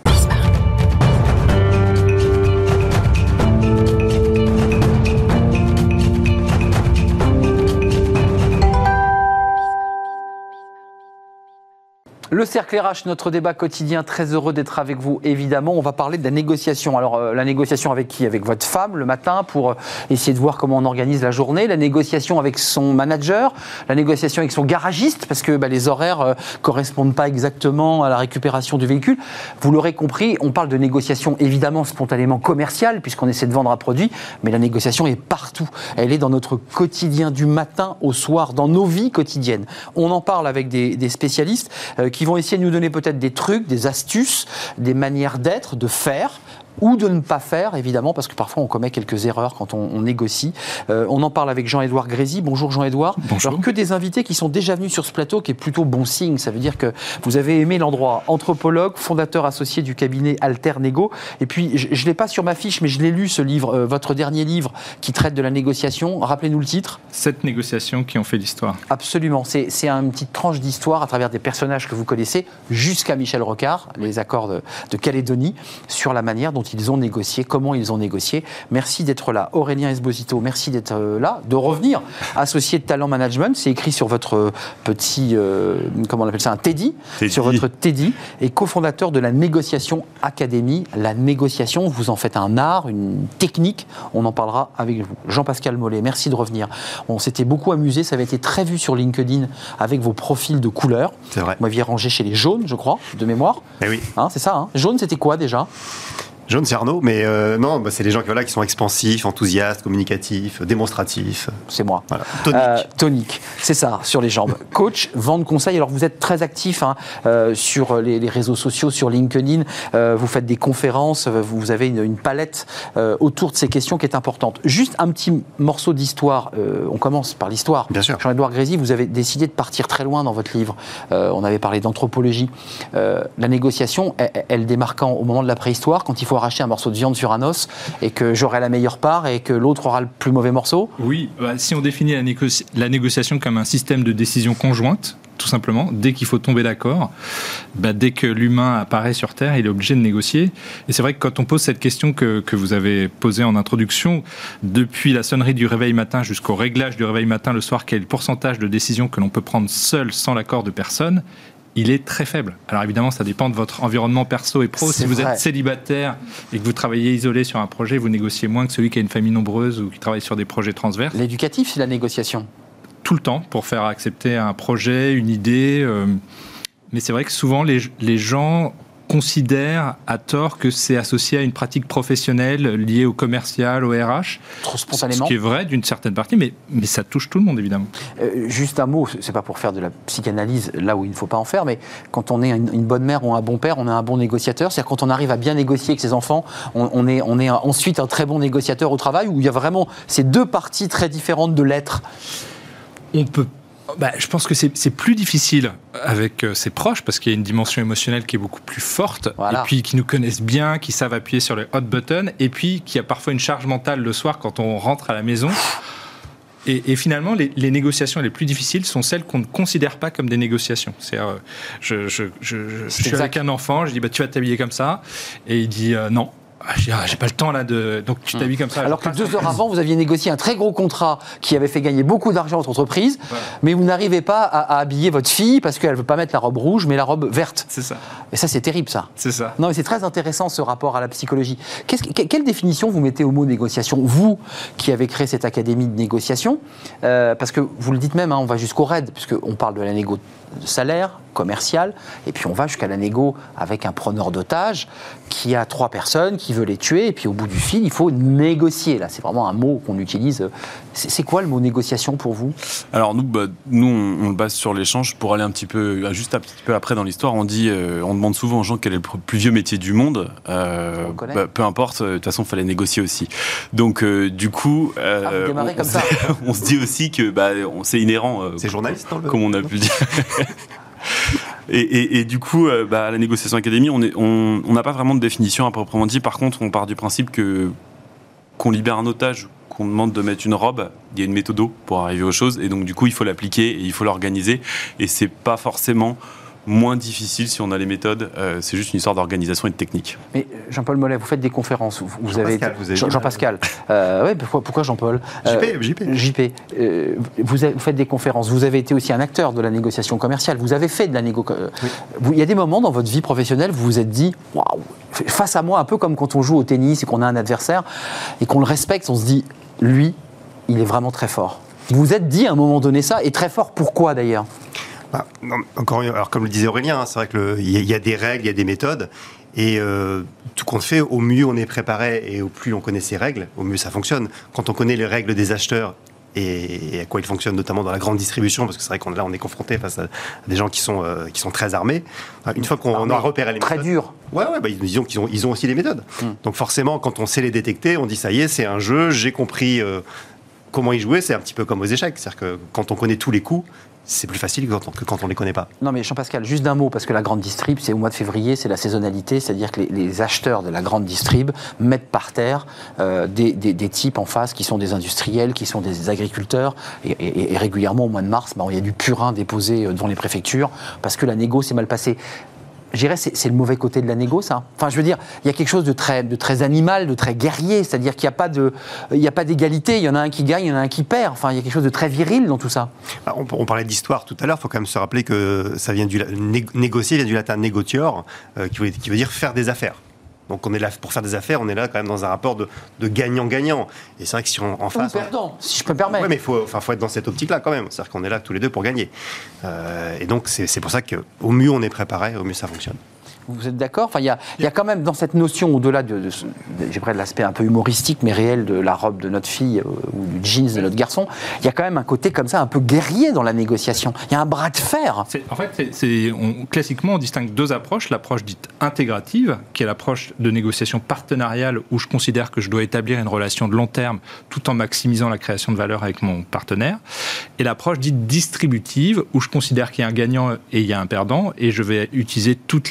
Le cercle R H, notre débat quotidien, très heureux d'être avec vous, évidemment. On va parler de la négociation. Alors, euh, la négociation avec qui ? Avec votre femme, le matin, pour euh, essayer de voir comment on organise la journée. La négociation avec son manager. La négociation avec son garagiste, parce que bah, les horaires ne euh, correspondent pas exactement à la récupération du véhicule. Vous l'aurez compris, on parle de négociation, évidemment, spontanément commerciale, puisqu'on essaie de vendre un produit. Mais la négociation est partout. Elle est dans notre quotidien, du matin au soir, dans nos vies quotidiennes. On en parle avec des, des spécialistes euh, qui vont essayer de nous donner peut-être des trucs, des astuces, des manières d'être, de faire, ou de ne pas faire, évidemment, parce que parfois on commet quelques erreurs quand on, on négocie. Euh, on en parle avec Jean-Édouard Grézy. Bonjour Jean-Édouard. Bonjour. Alors que des invités qui sont déjà venus sur ce plateau, qui est plutôt bon signe. Ça veut dire que vous avez aimé l'endroit. Anthropologue, fondateur associé du cabinet Alter Négo. Et puis, je ne l'ai pas sur ma fiche, mais je l'ai lu, ce livre, euh, votre dernier livre, qui traite de la négociation. Rappelez-nous le titre. Sept négociations qui ont fait l'histoire. Absolument. C'est, c'est une petite tranche d'histoire à travers des personnages que vous connaissez, jusqu'à Michel Rocard, les accords de, de Calédonie, sur la manière dont ils ont négocié, comment ils ont négocié. Merci d'être là. Aurélien Esposito, merci d'être là, de revenir. Associé de Talent Management, c'est écrit sur votre petit, euh, comment on appelle ça, un Teddy, Teddy. Sur votre Teddy, et cofondateur de la Négociation Academy. La négociation, vous en faites un art, une technique, on en parlera avec vous. Jean-Pascal Mollet, merci de revenir. On s'était beaucoup amusé, ça avait été très vu sur LinkedIn avec vos profils de couleurs. C'est vrai. Vous m'aviez rangé chez les jaunes, je crois, de mémoire. Eh oui. Hein, c'est ça, hein. Jaune, c'était quoi déjà ? Jaune, c'est Arnaud, mais euh, non, bah, c'est les gens qui, voilà, qui sont expansifs, enthousiastes, communicatifs, démonstratifs. C'est moi. Voilà. Tonique. Euh, tonique, c'est ça, sur les jambes. Coach, vente, conseil. Alors, vous êtes très actif hein, euh, sur les, les réseaux sociaux, sur LinkedIn. Euh, vous faites des conférences, vous avez une, une palette euh, autour de ces questions qui est importante. Juste un petit morceau d'histoire. Euh, on commence par l'histoire. Bien sûr. Jean-Édouard Grézy, vous avez décidé de partir très loin dans votre livre. Euh, on avait parlé d'anthropologie. Euh, la négociation, elle, elle démarquant au moment de la préhistoire, quand il faut arracher un morceau de viande sur un os et que j'aurai la meilleure part et que l'autre aura le plus mauvais morceau? Oui, bah, si on définit la, négo- la négociation comme un système de décision conjointe, tout simplement, dès qu'il faut tomber d'accord, bah, dès que l'humain apparaît sur Terre, il est obligé de négocier. Et c'est vrai que quand on pose cette question que, que vous avez posée en introduction, depuis la sonnerie du réveil matin jusqu'au réglage du réveil matin le soir, quel est le pourcentage de décisions que l'on peut prendre seul, sans l'accord de personne, il est très faible. Alors évidemment, ça dépend de votre environnement perso et pro. C'est si vous vrai. êtes célibataire et que vous travaillez isolé sur un projet, vous négociez moins que celui qui a une famille nombreuse ou qui travaille sur des projets transverses. L'éducatif, c'est la négociation. Tout le temps pour faire accepter un projet, une idée. Euh, mais c'est vrai que souvent, les, les gens considèrent à tort que c'est associé à une pratique professionnelle liée au commercial, au R H. Trop spontanément. Ce qui est vrai d'une certaine partie, mais, mais ça touche tout le monde, évidemment. Euh, juste un mot, c'est pas pour faire de la psychanalyse là où il ne faut pas en faire, mais quand on est une, une bonne mère ou un bon père, on est un bon négociateur. C'est-à-dire quand on arrive à bien négocier avec ses enfants, on, on, est, on est ensuite un très bon négociateur au travail, où il y a vraiment ces deux parties très différentes de l'être. On peut. Bah, je pense que c'est, c'est plus difficile avec euh, ses proches parce qu'il y a une dimension émotionnelle qui est beaucoup plus forte, voilà. Et puis qui nous connaissent bien, qui savent appuyer sur le hot button, et puis qui a parfois une charge mentale le soir quand on rentre à la maison. Et, et finalement, les, les négociations les plus difficiles sont celles qu'on ne considère pas comme des négociations. C'est-à-dire, euh, je, je, je, je, je suis exact. avec un enfant, je dis bah, tu vas t'habiller comme ça, et il dit euh, non. Ah, j'ai, ah, j'ai pas le temps là de. Donc tu t'habilles comme ça. Alors que deux heures avant, vous aviez négocié un très gros contrat qui avait fait gagner beaucoup d'argent à votre entreprise, ouais. Mais vous n'arrivez pas à, à habiller votre fille parce qu'elle veut pas mettre la robe rouge, mais la robe verte. C'est ça. Et ça, c'est terrible, ça. C'est ça. Non, mais c'est très intéressant ce rapport à la psychologie. Qu'est-ce que, quelle définition vous mettez au mot négociation, vous qui avez créé cette académie de négociation, euh, parce que vous le dites même, hein, on va jusqu'au raid, puisqu'on parle de la négo de salaire commercial, et puis on va jusqu'à la négo avec un preneur d'otages qui a trois personnes, qui veut les tuer, et puis au bout du fil, il faut négocier. Là, c'est vraiment un mot qu'on utilise. C'est, c'est quoi le mot négociation pour vous? Alors nous, bah, nous on, on le base sur l'échange. Pour aller un petit peu, juste un petit peu après dans l'histoire, on dit, euh, on demande souvent aux gens quel est le plus vieux métier du monde. Euh, bah, peu importe, de toute façon, il fallait négocier aussi. Donc euh, du coup, euh, ah, vous démarrez on, comme ça. on se dit aussi que bah, on, c'est inhérent. Euh, c'est journaliste, non, le... comme on a pu dire. Et, et, et du coup, euh, bah, à la négociation académie, on n'a on, on pas vraiment de définition à proprement dit. Par contre, on part du principe que qu'on libère un otage, qu'on demande de mettre une robe, il y a une méthode pour arriver aux choses. Et donc, du coup, il faut l'appliquer et il faut l'organiser. Et c'est pas forcément moins difficile si on a les méthodes. Euh, c'est juste une histoire d'organisation et de technique. Mais Jean-Paul Mollet, vous faites des conférences. Vous, vous avez Jean-Pascal, vous avez Jean, dit, Jean-Pascal. Euh, ouais, pourquoi, pourquoi Jean-Paul euh, J P, J P. J P. Euh, vous, avez, vous faites des conférences. Vous avez été aussi un acteur de la négociation commerciale. Vous avez fait de la négo. Oui. Vous, il y a des moments dans votre vie professionnelle où vous vous êtes dit, waouh, face à moi, un peu comme quand on joue au tennis et qu'on a un adversaire et qu'on le respecte, on se dit, lui, il est vraiment très fort. Vous vous êtes dit à un moment donné ça, et très fort. Pourquoi d'ailleurs? Bah, non, encore, alors comme le disait Aurélien, hein, c'est vrai qu'il y, y a des règles, il y a des méthodes, et euh, tout compte fait, au mieux on est préparé et au plus on connaît ces règles, au mieux ça fonctionne. Quand on connaît les règles des acheteurs et, et à quoi ils fonctionnent, notamment dans la grande distribution, parce que c'est vrai qu'on là on est confronté face à, à des gens qui sont euh, qui sont très armés. Une fois qu'on on a repéré les méthodes, très dur. Ouais, ouais, bah, disons qu'ils ont ils ont aussi des méthodes. Mm. Donc forcément, quand on sait les détecter, on dit ça y est, c'est un jeu, j'ai compris euh, comment y jouer. C'est un petit peu comme aux échecs, c'est-à-dire que quand on connaît tous les coups, c'est plus facile que quand, on, que quand on les connaît pas. Non mais Jean-Pascal, juste d'un mot, parce que la grande distrib, c'est au mois de février, c'est la saisonnalité, c'est-à-dire que les, les acheteurs de la grande distrib mettent par terre euh, des, des, des types en face qui sont des industriels, qui sont des agriculteurs, et, et, et régulièrement au mois de mars, bah, il y a du purin déposé devant les préfectures, parce que la négo s'est mal passée. Je dirais c'est, c'est le mauvais côté de la négo, ça. Enfin, je veux dire, il y a quelque chose de très, de très animal, de très guerrier, c'est-à-dire qu'il n'y a pas de, il n'y a pas d'égalité. Il y en a un qui gagne, il y en a un qui perd. Enfin, il y a quelque chose de très viril dans tout ça. On, on parlait d'histoire tout à l'heure. Il faut quand même se rappeler que ça vient du né, négocier vient du latin negotior, euh, qui, veut, qui veut dire faire des affaires. Donc on est là pour faire des affaires, on est là quand même dans un rapport de, de gagnant-gagnant. Et c'est vrai que si on en face, ou perdant, si je peux me permettre. Oui, mais il faut, enfin, faut être dans cette optique-là quand même. C'est-à-dire qu'on est là tous les deux pour gagner. Euh, et donc c'est, c'est pour ça qu'au mieux on est préparé, au mieux ça fonctionne. Vous êtes d'accord? Enfin, il y a, il y a quand même dans cette notion, au-delà de, de, de, de, de l'aspect un peu humoristique, mais réel de la robe de notre fille euh, ou du jeans de notre garçon, il y a quand même un côté comme ça, un peu guerrier dans la négociation. Il y a un bras de fer. C'est, en fait, c'est, c'est, on, classiquement, on distingue deux approches. L'approche dite intégrative, qui est l'approche de négociation partenariale, où je considère que je dois établir une relation de long terme tout en maximisant la création de valeur avec mon partenaire. Et l'approche dite distributive, où je considère qu'il y a un gagnant et il y a un perdant, et je vais utiliser toutes les tactiques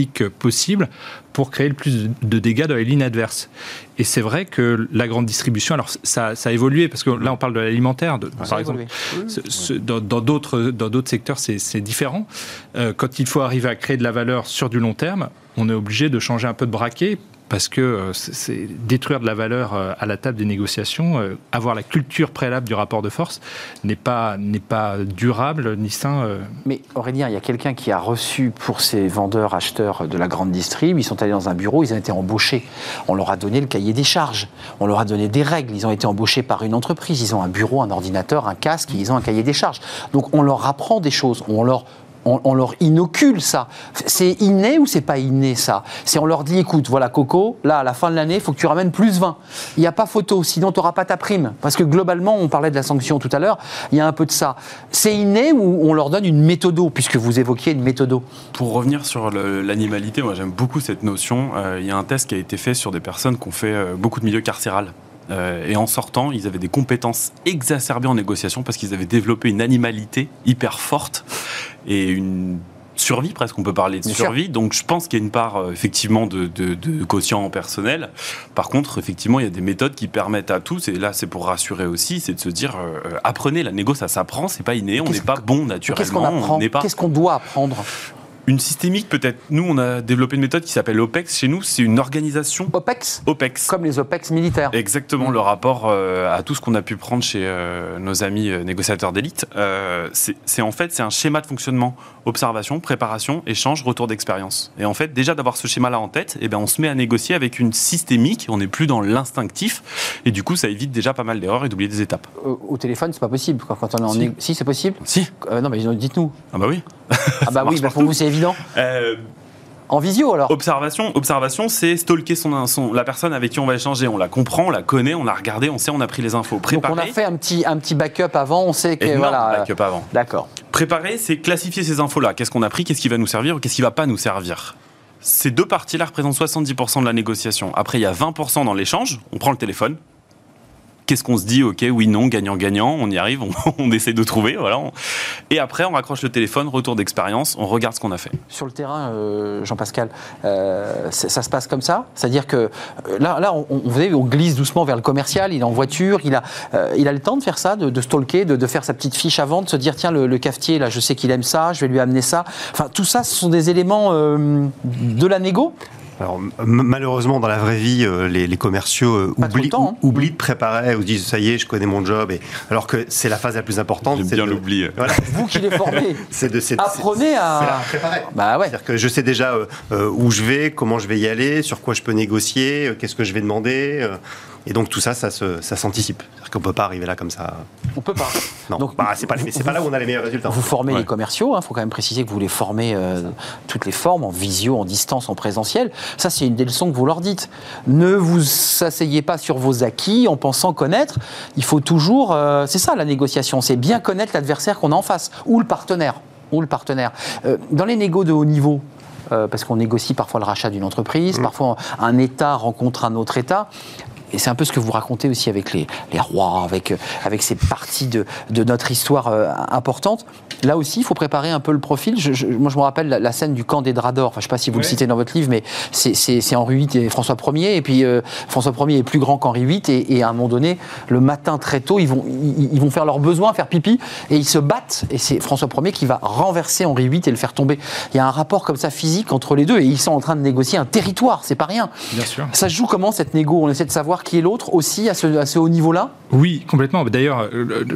stratégiques possibles pour créer le plus de dégâts dans les lignes adverses. Et c'est vrai que la grande distribution, alors ça, ça a évolué, parce que là on parle de l'alimentaire, de, par exemple, ce, ce, dans, dans, d'autres, dans d'autres secteurs c'est, c'est différent. Euh, quand il faut arriver à créer de la valeur sur du long terme, on est obligé de changer un peu de braquet, parce que euh, c'est, c'est détruire de la valeur euh, à la table des négociations, euh, avoir la culture préalable du rapport de force n'est pas, n'est pas durable ni sain. Euh. Mais Aurélien, il y a quelqu'un qui a reçu pour ces vendeurs, acheteurs de la grande distrib, ils sont allés dans un bureau, ils ont été embauchés. On leur a donné le cahier des charges, on leur a donné des règles, ils ont été embauchés par une entreprise, ils ont un bureau, un ordinateur, un casque, ils ont un cahier des charges. Donc on leur apprend des choses, on leur... On, on leur inocule ça. C'est inné ou c'est pas inné ça ? C'est on leur dit écoute, voilà Coco, là à la fin de l'année, il faut que tu ramènes plus vingt. Il n'y a pas photo, sinon tu n'auras pas ta prime. Parce que globalement, on parlait de la sanction tout à l'heure, il y a un peu de ça. C'est inné ou on leur donne une méthodo, puisque vous évoquiez une méthodo ? Pour revenir sur le, l'animalité, moi j'aime beaucoup cette notion. Euh, il y a un test qui a été fait sur des personnes qui ont fait euh, beaucoup de milieu carcéral. Euh, et en sortant, ils avaient des compétences exacerbées en négociation parce qu'ils avaient développé une animalité hyper forte et une survie presque, on peut parler de Bien survie. Sûr. Donc je pense qu'il y a une part euh, effectivement de, de, de quotient personnel. Par contre, effectivement, il y a des méthodes qui permettent à tous, et là c'est pour rassurer aussi, c'est de se dire euh, apprenez, la négo ça s'apprend, c'est pas inné, on n'est pas bon naturellement. Qu'est-ce qu'on apprend ? On n'est pas... Qu'est-ce qu'on doit apprendre ? Une systémique, peut-être. Nous, on a développé une méthode qui s'appelle OPEX. Chez nous, c'est une organisation... OPEX ? OPEX. Comme les OPEX militaires. Exactement. Mmh. Le rapport euh, à tout ce qu'on a pu prendre chez euh, nos amis euh, négociateurs d'élite, euh, c'est, c'est en fait c'est un schéma de fonctionnement. Observation, préparation, échange, retour d'expérience. Et en fait, déjà d'avoir ce schéma-là en tête, eh ben, on se met à négocier avec une systémique. On n'est plus dans l'instinctif. Et du coup, ça évite déjà pas mal d'erreurs et d'oublier des étapes. Euh, au téléphone, c'est pas possible. Quand on est en si. Né... si, c'est possible. Si. Euh, non, mais dites-nous. Ah bah oui. Ah bah oui, bah pour vous, c'est évident. Euh, en visio alors. Observation, observation, c'est stalker son, son, la personne avec qui on va échanger. On la comprend, on la connaît, on l'a regardée, on sait, on a pris les infos. Préparer. Donc on a fait un petit, un petit backup avant, on sait que Énorme voilà. Backup avant. D'accord. Préparer, c'est classifier ces infos-là. Qu'est-ce qu'on a pris, qu'est-ce qui va nous servir, qu'est-ce qui va pas nous servir. Ces deux parties-là représentent soixante-dix pour cent de la négociation. Après, il y a vingt pour cent dans l'échange. On prend le téléphone. Qu'est-ce qu'on se dit ? Ok, oui, non, gagnant-gagnant, on y arrive, on, on essaie de trouver, voilà. On... Et après, on raccroche le téléphone, retour d'expérience, on regarde ce qu'on a fait. Sur le terrain, euh, Jean-Pascal, euh, ça se passe comme ça ? C'est-à-dire que euh, là, là on, on, vous savez, on glisse doucement vers le commercial, il est en voiture, il a, euh, il a le temps de faire ça, de, de stalker, de, de faire sa petite fiche avant, de se dire, tiens, le, le cafetier, là, je sais qu'il aime ça, je vais lui amener ça. Enfin, tout ça, ce sont des éléments euh, de la négo ? Alors, m- malheureusement, dans la vraie vie, euh, les, les commerciaux euh, oublient, temps, hein. oublient de préparer ou disent ça y est, je connais mon job. Et, alors que c'est la phase la plus importante. J'aime c'est bien de, l'oublier. Voilà. Vous qui les formez, c'est de, c'est, apprenez c'est, à... c'est la préparer. Bah ouais. C'est-à-dire que je sais déjà euh, euh, où je vais, comment je vais y aller, sur quoi je peux négocier, euh, qu'est-ce que je vais demander. Euh, et donc tout ça, ça, se, ça s'anticipe. C'est-à-dire qu'on ne peut pas arriver là comme ça. On peut pas. Non, Donc, bah, c'est, pas, c'est pas là où on a les meilleurs résultats. Vous formez Ouais. les commerciaux, il hein, faut quand même préciser que vous les formez euh, toutes les formes, en visio, en distance, en présentiel. Ça, c'est une des leçons que vous leur dites. Ne vous asseyez pas sur vos acquis en pensant connaître. Il faut toujours... Euh, c'est ça la négociation, c'est bien connaître l'adversaire qu'on a en face, ou le partenaire. Ou le partenaire. Euh, dans les négos de haut niveau, euh, parce qu'on négocie parfois le rachat d'une entreprise, mmh. parfois un État rencontre un autre État... Et c'est un peu ce que vous racontez aussi avec les, les rois, avec, avec ces parties de, de notre histoire euh, importante. Là aussi, il faut préparer un peu le profil. Je, je, moi, je me rappelle la, la scène du camp des draps d'or. Enfin, je ne sais pas si vous ouais. le citez dans votre livre, mais c'est, c'est, c'est Henri huit et François Ier. Et puis, euh, François Ier est plus grand qu'Henri huit. Et, et à un moment donné, le matin, très tôt, ils vont, ils, ils vont faire leurs besoins, faire pipi. Et ils se battent. Et c'est François Ier qui va renverser Henri huit et le faire tomber. Il y a un rapport comme ça physique entre les deux. Et ils sont en train de négocier un territoire. C'est pas rien. Bien sûr. Ça se joue comment, cette négo ? On essaie de savoir qui est l'autre aussi à ce, à ce haut niveau-là ? Oui, complètement. D'ailleurs,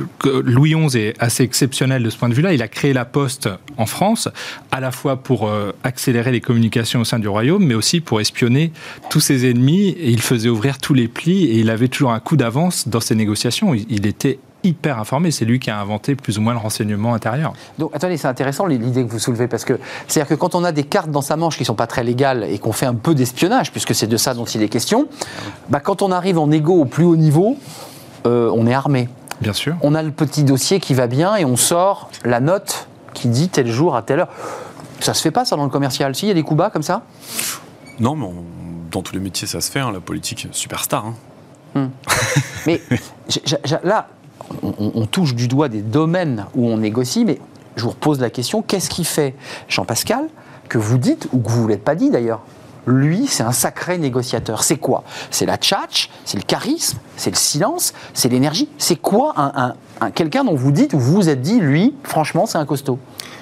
Louis onze est assez exceptionnel de ce point de vue-là. Il a créé la Poste en France, à la fois pour euh, accélérer les communications au sein du royaume, mais aussi pour espionner tous ses ennemis. Et il faisait ouvrir tous les plis et il avait toujours un coup d'avance dans ses négociations. Il, il était hyper informé. C'est lui qui a inventé plus ou moins le renseignement intérieur. Donc, attendez, c'est intéressant l'idée que vous soulevez, parce que c'est-à-dire que quand on a des cartes dans sa manche qui ne sont pas très légales et qu'on fait un peu d'espionnage, puisque c'est de ça dont il est question, bah, quand on arrive en négo au plus haut niveau, euh, on est armé. Bien sûr. On a le petit dossier qui va bien et on sort la note qui dit tel jour à telle heure. Ça se fait pas, ça, dans le commercial. Si, il y a des coups bas comme ça ? Non, mais on, dans tous les métiers, ça se fait. Hein, la politique, superstar. Hein. Hum. Mais j', j', là... On, on touche du doigt des domaines où on négocie, mais je vous repose la question, qu'est-ce qui fait, Jean-Pascal, que vous dites, ou que vous ne l'êtes pas dit d'ailleurs. Lui, c'est un sacré négociateur. C'est quoi? C'est la tchatch, c'est le charisme, c'est le silence, c'est l'énergie. C'est quoi un, un, un, quelqu'un dont vous dites, ou vous vous êtes dit, lui, franchement, c'est un costaud?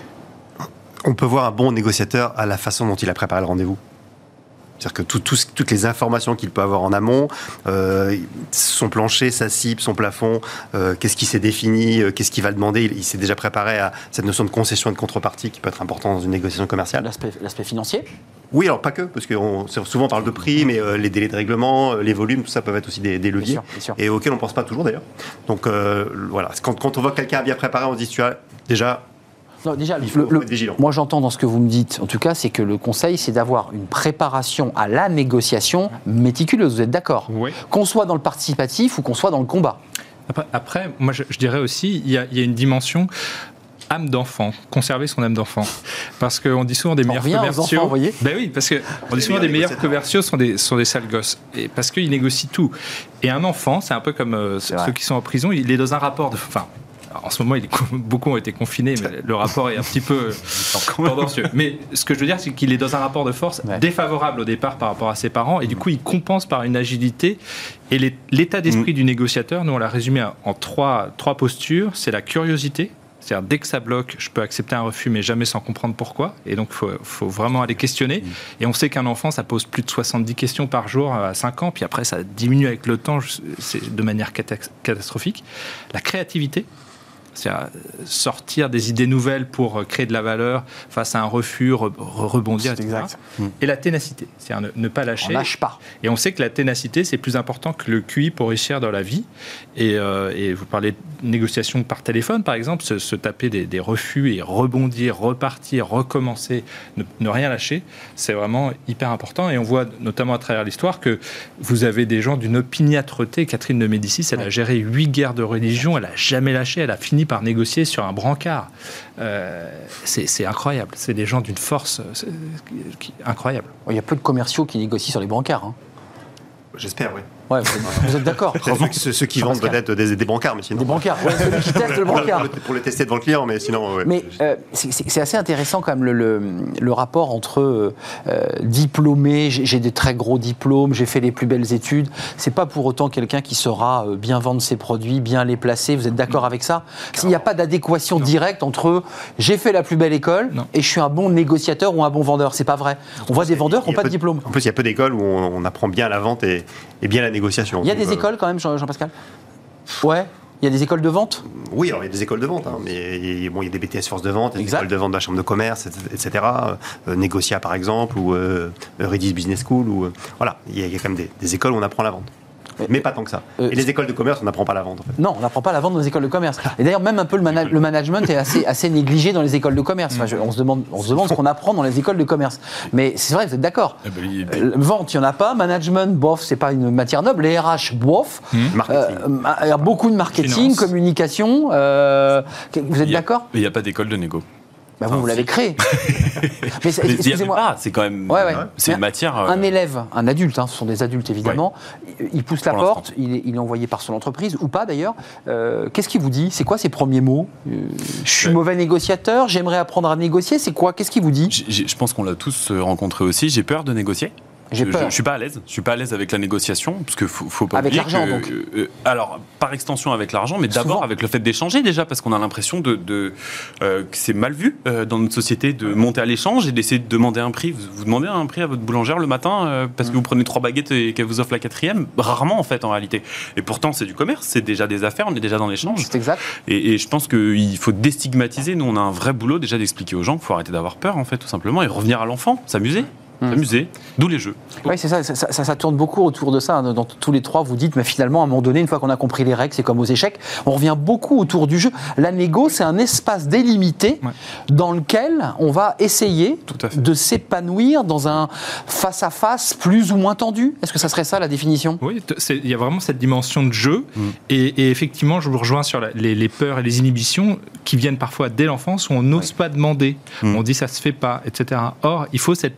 On peut voir un bon négociateur à la façon dont il a préparé le rendez-vous. C'est-à-dire que tout, tout, toutes les informations qu'il peut avoir en amont, euh, son plancher, sa cible, son plafond, euh, qu'est-ce qui s'est défini, euh, qu'est-ce qu'il va demander, il, il s'est déjà préparé à cette notion de concession et de contrepartie qui peut être importante dans une négociation commerciale. L'aspect, l'aspect financier? Oui, alors pas que, parce que on, souvent on parle de prix, mais euh, les délais de règlement, euh, les volumes, tout ça peuvent être aussi des, des leviers, bien sûr, bien sûr. Et auxquels on ne pense pas toujours d'ailleurs. Donc euh, voilà, quand, quand on voit quelqu'un bien préparé, on se dit, tu as déjà... Non, déjà, il faut, le, faut être vigilant. Moi, j'entends dans ce que vous me dites, en tout cas, c'est que le conseil, c'est d'avoir une préparation à la négociation méticuleuse. Vous êtes d'accord? Oui. Qu'on soit dans le participatif ou qu'on soit dans le combat. Après, après moi, je, je dirais aussi, il y, a, il y a une dimension âme d'enfant, conserver son âme d'enfant. Parce qu'on dit souvent des on meilleurs commerciaux. Enfants, vous voyez ben oui, parce qu'on dit souvent des meilleurs commerciaux sont des, sont des sales gosses. Et parce qu'ils négocient tout. Et un enfant, c'est un peu comme euh, ceux vrai. qui sont en prison, il est dans un rapport de. Enfin, en ce moment, il est, beaucoup ont été confinés, mais le rapport est un petit peu tendancieux. Mais ce que je veux dire, c'est qu'il est dans un rapport de force ouais. défavorable au départ par rapport à ses parents, et du coup, il compense par une agilité. Et les, l'état d'esprit mmh. du négociateur, nous, on l'a résumé en trois, trois postures. C'est la curiosité. C'est-à-dire, dès que ça bloque, je peux accepter un refus, mais jamais sans comprendre pourquoi. Et donc, il faut, faut vraiment aller questionner. Mmh. Et on sait qu'un enfant, ça pose plus de soixante-dix questions par jour à cinq ans. Puis après, ça diminue avec le temps c'est de manière catastrophique. La créativité. C'est-à-dire sortir des idées nouvelles pour créer de la valeur face à un refus, re- rebondir, c'est et cetera. Exact. Et la ténacité, c'est-à-dire ne, ne pas lâcher. On lâche pas. Et on sait que la ténacité, c'est plus important que le Q I pour réussir dans la vie. Et, euh, et vous parlez de négociation par téléphone, par exemple, se, se taper des, des refus et rebondir, repartir, recommencer, ne, ne rien lâcher, c'est vraiment hyper important. Et on voit notamment à travers l'histoire que vous avez des gens d'une opiniâtreté. Catherine de Médicis, elle ouais. a géré huit guerres de religion, elle n'a jamais lâché, elle a fini par négocier sur un brancard. Euh, c'est, c'est incroyable. C'est des gens d'une force c'est, qui, incroyable. Il y a peu de commerciaux qui négocient sur les brancards. Hein. J'espère, oui. Ouais, vous, êtes, vous êtes d'accord? ceux, ceux qui vendent peut-être des, des brancards, mais sinon... Des brancards, ouais, celui qui teste le brancard. Pour, pour le tester devant le client, mais sinon... Ouais. Mais euh, c'est, c'est assez intéressant quand même le, le, le rapport entre euh, diplômé, j'ai, j'ai des très gros diplômes, j'ai fait les plus belles études. C'est pas pour autant quelqu'un qui saura bien vendre ses produits, bien les placer. Vous êtes d'accord avec ça? S'il n'y a pas d'adéquation non. directe entre j'ai fait la plus belle école non. et je suis un bon négociateur ou un bon vendeur, c'est pas vrai. On voit des vendeurs qui n'ont pas de diplôme. En plus, il y a peu d'écoles où on, on apprend bien la vente et, et bien la négociation. Il y a des euh... écoles quand même, Jean, Jean-Pascal? Ouais. Il y a des écoles de vente? Oui, alors il y a des écoles de vente, hein, mais il y, a, bon, il y a des B T S force de vente, il y a des écoles de vente de la chambre de commerce, et cetera. Euh, Négocia par exemple, ou euh, Redis Business School, ou euh, voilà, il y, a, il y a quand même des, des écoles où on apprend la vente. Mais pas tant que ça. Euh, et les écoles de commerce, on n'apprend pas la vente. En fait. Non, on n'apprend pas la vente dans les écoles de commerce. Et d'ailleurs, même un peu le, mana- le management est assez, assez négligé dans les écoles de commerce. Enfin, je, on, se demande, on se demande ce qu'on apprend dans les écoles de commerce. Mais c'est vrai, vous êtes d'accord. Eh ben, il... euh, vente, il n'y en a pas. Management, bof, c'est pas une matière noble. Les R H, bof. Mmh. Euh, il y a beaucoup de marketing, Finance. communication. Euh, vous êtes il a, d'accord? Il n'y a pas d'école de négo. Bah vous, vous l'avez créé. Mais excusez-moi. Ah, c'est quand même. Ouais, ouais. C'est une matière. Un élève, un adulte, hein, ce sont des adultes évidemment, ouais. il pousse la Pour porte, il est, il est envoyé par son entreprise ou pas d'ailleurs. Euh, qu'est-ce qu'il vous dit? C'est quoi ses premiers mots? euh, Je suis ouais. mauvais négociateur, j'aimerais apprendre à négocier, c'est quoi? Qu'est-ce qu'il vous dit? j'ai, Je pense qu'on l'a tous rencontré aussi. J'ai peur de négocier. J'ai peur. Je, je suis pas à l'aise. Je suis pas à l'aise avec la négociation parce que faut, faut pas avec oublier l'argent que, donc. Euh, alors par extension avec l'argent, mais d'abord Souvent. avec le fait d'échanger déjà parce qu'on a l'impression de, de euh, que c'est mal vu euh, dans notre société de monter à l'échange et d'essayer de demander un prix. Vous, vous demandez un prix à votre boulangère le matin euh, parce mmh. que vous prenez trois baguettes et qu'elle vous offre la quatrième. Rarement en fait en réalité. Et pourtant c'est du commerce, c'est déjà des affaires, on est déjà dans l'échange. C'est exact. Et, et je pense qu'il faut déstigmatiser. Nous on a un vrai boulot déjà d'expliquer aux gens qu'il faut arrêter d'avoir peur en fait tout simplement et revenir à l'enfant, s'amuser. Mmh. S'amuser, d'où les jeux. Oui, c'est ça ça, ça, ça tourne beaucoup autour de ça. Dans tous les trois, vous dites, mais finalement, à un moment donné, une fois qu'on a compris les règles, c'est comme aux échecs, on revient beaucoup autour du jeu. La négo, c'est un espace délimité ouais. dans lequel on va essayer de s'épanouir dans un face-à-face plus ou moins tendu. Est-ce que ça serait ça, la définition? Oui, il y a vraiment cette dimension de jeu. Mmh. Et, et effectivement, je vous rejoins sur la, les, les peurs et les inhibitions qui viennent parfois dès l'enfance où on n'ose oui. pas demander. Mmh. On dit ça se fait pas, et cetera. Or, il faut cet esprit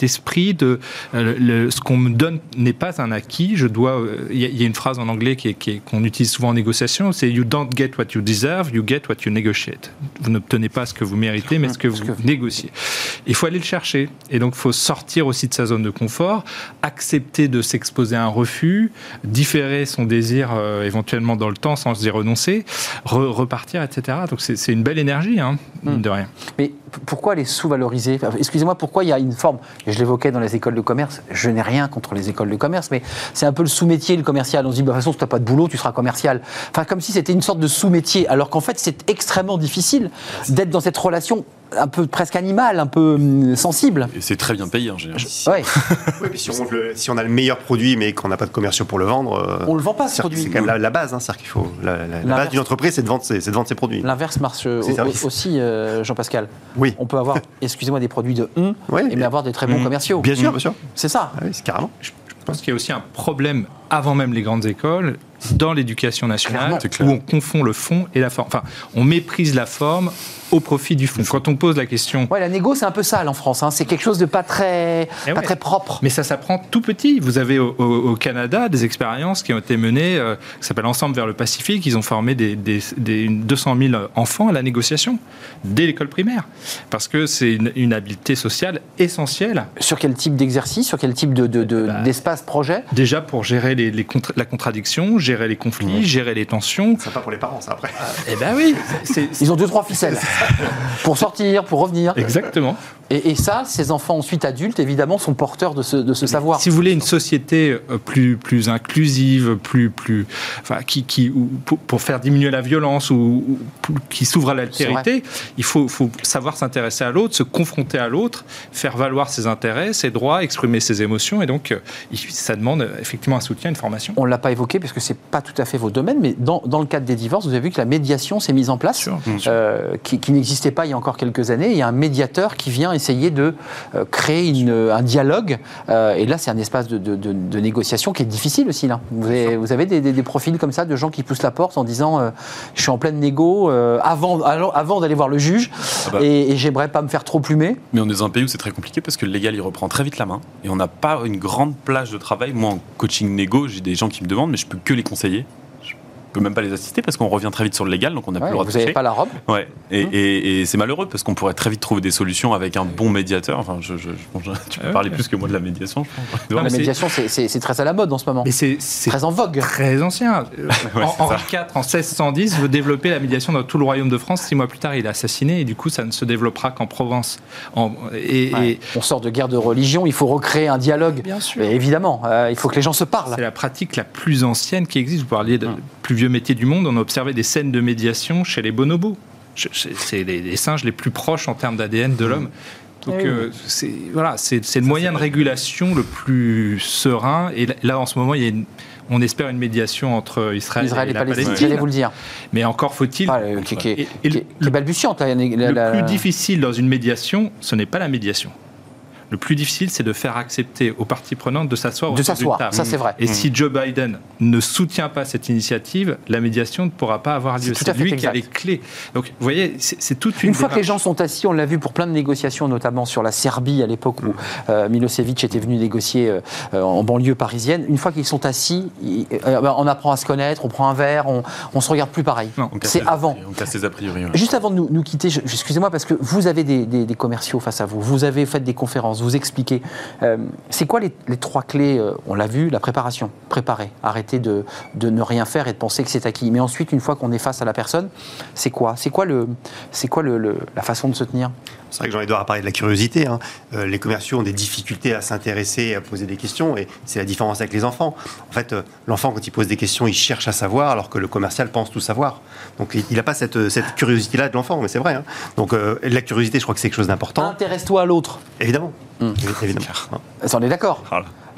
compris de euh, le, ce qu'on me donne n'est pas un acquis. Je dois. Il euh, y, y a une phrase en anglais qui est, qui est, qu'on utilise souvent en négociation, c'est you don't get what you deserve, you get what you negotiate. Vous n'obtenez pas ce que vous méritez, mais ce que vous que... négociez. Il faut aller le chercher. Et donc, il faut sortir aussi de sa zone de confort, accepter de s'exposer à un refus, différer son désir euh, éventuellement dans le temps sans y renoncer, re- repartir, et cetera. Donc, c'est, c'est une belle énergie, hein, mine mmh. de rien. Mais pourquoi les sous-valoriser ? Enfin, excusez-moi, pourquoi il y a une forme, et je l'évoquais dans les écoles de commerce, je n'ai rien contre les écoles de commerce, mais c'est un peu le sous-métier, le commercial. On se dit, bah, de toute façon, si tu n'as pas de boulot, tu seras commercial. Enfin, comme si c'était une sorte de sous-métier, alors qu'en fait, c'est extrêmement difficile d'être dans cette relation un peu presque animale, un peu hum, sensible. Et c'est très bien payé en général. Ouais. Oui, puis si, on le, si on a le meilleur produit mais qu'on n'a pas de commerciaux pour le vendre, euh, on le vend pas ce c'est, produit. C'est quand même la, la base, hein, c'est-à-dire qu'il faut la, la, la base d'une entreprise, c'est de vendre ses, c'est de vendre ses produits. L'inverse marche euh, au, aussi, euh, Jean-Pascal. Oui. On peut avoir, excusez-moi, des produits de hum, oui, et mais avoir des très bons mmh. commerciaux. Bien sûr, bien sûr. C'est ça. Ah oui, c'est carrément. Je, je pense qu'il y a aussi un problème avant même les grandes écoles dans l'éducation nationale où on confond le fond et la forme. Enfin, on méprise la forme au profit du fond. Quand on pose la question... Ouais, la négo, c'est un peu sale en France. Hein. C'est quelque chose de pas très, pas ouais. très propre. Mais ça s'apprend tout petit. Vous avez au, au, au Canada des expériences qui ont été menées, euh, qui s'appellent Ensemble vers le Pacifique. Ils ont formé des, des, des deux cent mille enfants à la négociation dès l'école primaire. Parce que c'est une, une habileté sociale essentielle. Sur quel type d'exercice ? Sur quel type de, de, de, bah, d'espace projet ? Déjà pour gérer les, les contra- la contradiction, gérer les conflits, mmh. gérer les tensions. C'est pas pour les parents, ça, après. Eh ben oui. C'est, c'est... Ils ont deux, trois ficelles. Pour sortir, pour revenir. Exactement. Et, et ça, ces enfants ensuite adultes, évidemment, sont porteurs de ce, de ce savoir. Si vous voulez une société plus, plus inclusive, plus, plus, enfin, qui, qui, ou, pour, pour faire diminuer la violence ou, ou qui s'ouvre à l'altérité, il faut, faut savoir s'intéresser à l'autre, se confronter à l'autre, faire valoir ses intérêts, ses droits, exprimer ses émotions. Et donc, ça demande effectivement un soutien, une formation. On ne l'a pas évoqué parce que ce n'est pas tout à fait votre domaine, mais dans, dans le cadre des divorces, vous avez vu que la médiation s'est mise en place, sûr, euh, qui, qui n'existait pas il y a encore quelques années. Il y a un médiateur qui vient essayer de euh, créer une, un dialogue. Euh, et là, c'est un espace de, de, de, de négociation qui est difficile aussi. Là. Vous avez, vous avez des, des, des profils comme ça de gens qui poussent la porte en disant euh, je suis en pleine négo euh, avant, avant d'aller voir le juge ah bah. et, et j'aimerais pas me faire trop plumer. Mais on est dans un pays où c'est très compliqué parce que le légal, il reprend très vite la main et on n'a pas une grande plage de travail. Moi, en coaching négo, j'ai des gens qui me demandent, mais je peux que les conseiller. On peut même pas les assister parce qu'on revient très vite sur le légal, donc on n'a ouais, plus le droit de toucher. Vous n'avez pas la robe. Ouais. Et, mmh. et, et c'est malheureux parce qu'on pourrait très vite trouver des solutions avec un bon médiateur. Enfin, je, je, je, tu peux ouais, parler ouais. plus que moi de la médiation. Je pense. Non, la médiation, c'est, c'est, c'est très à la mode en ce moment. Mais c'est, c'est très en vogue, très ancien. ouais, en, Henri quatre, en seize cent dix, veut développer la médiation dans tout le royaume de France. Six mois plus tard, il est assassiné et du coup, ça ne se développera qu'en Provence. En, et, ouais. et... On sort de guerre de religion. Il faut recréer un dialogue. Bien sûr. Et évidemment, euh, il faut que les gens se parlent. C'est la pratique la plus ancienne qui existe. Vous parliez de hum. plus vieux métier du monde. On a observé des scènes de médiation chez les bonobos. C'est les, les singes les plus proches en termes d'A D N de l'homme. Donc oui. euh, c'est, voilà, c'est, c'est le Ça, moyen c'est de régulation le plus serein. Et là, en ce moment, il y a une, on espère une médiation entre Israël, Israël et, et la Palestine. Palestine. J'allais vous le dire. Mais encore faut-il... Ah, le, qui, qui, et, et qui, le, qui est balbutiante. La, le la, plus difficile dans une médiation, ce n'est pas la médiation. Le plus difficile, c'est de faire accepter aux parties prenantes de s'asseoir de s'asseoir, ça c'est vrai. Et mmh. si Joe Biden ne soutient pas cette initiative, la médiation ne pourra pas avoir lieu. C'est, c'est lui exact. qui a les clés. Donc, vous voyez, c'est, c'est toute une Une fois démarche. que les gens sont assis, on l'a vu pour plein de négociations, notamment sur la Serbie à l'époque où euh, Milosevic était venu négocier euh, en banlieue parisienne. Une fois qu'ils sont assis, ils, euh, on apprend à se connaître, on prend un verre, on, on se regarde plus pareil. Non, c'est avant. On casse les a priori. Ouais. Juste avant de nous, nous quitter, je, excusez-moi parce que vous avez des, des, des commerciaux face à vous, vous avez fait des conférences, vous expliquez. Euh, c'est quoi les, les trois clés euh, On l'a vu, la préparation, préparer, arrêter de, de ne rien faire et de penser que c'est acquis. Mais ensuite, une fois qu'on est face à la personne, c'est quoi C'est quoi, le, c'est quoi le, le, la façon de se tenir ? C'est vrai que Jean-Édouard a parlé de la curiosité. Hein. Euh, les commerciaux ont des difficultés à s'intéresser, à poser des questions, et c'est la différence avec les enfants. En fait, euh, l'enfant, quand il pose des questions, il cherche à savoir, alors que le commercial pense tout savoir. Donc, il n'a pas cette, cette curiosité-là de l'enfant, mais c'est vrai. Hein. Donc, euh, la curiosité, je crois que c'est quelque chose d'important. Intéresse-toi à l'autre. Évidemment. Mmh. Évidemment. On est d'accord. Voilà.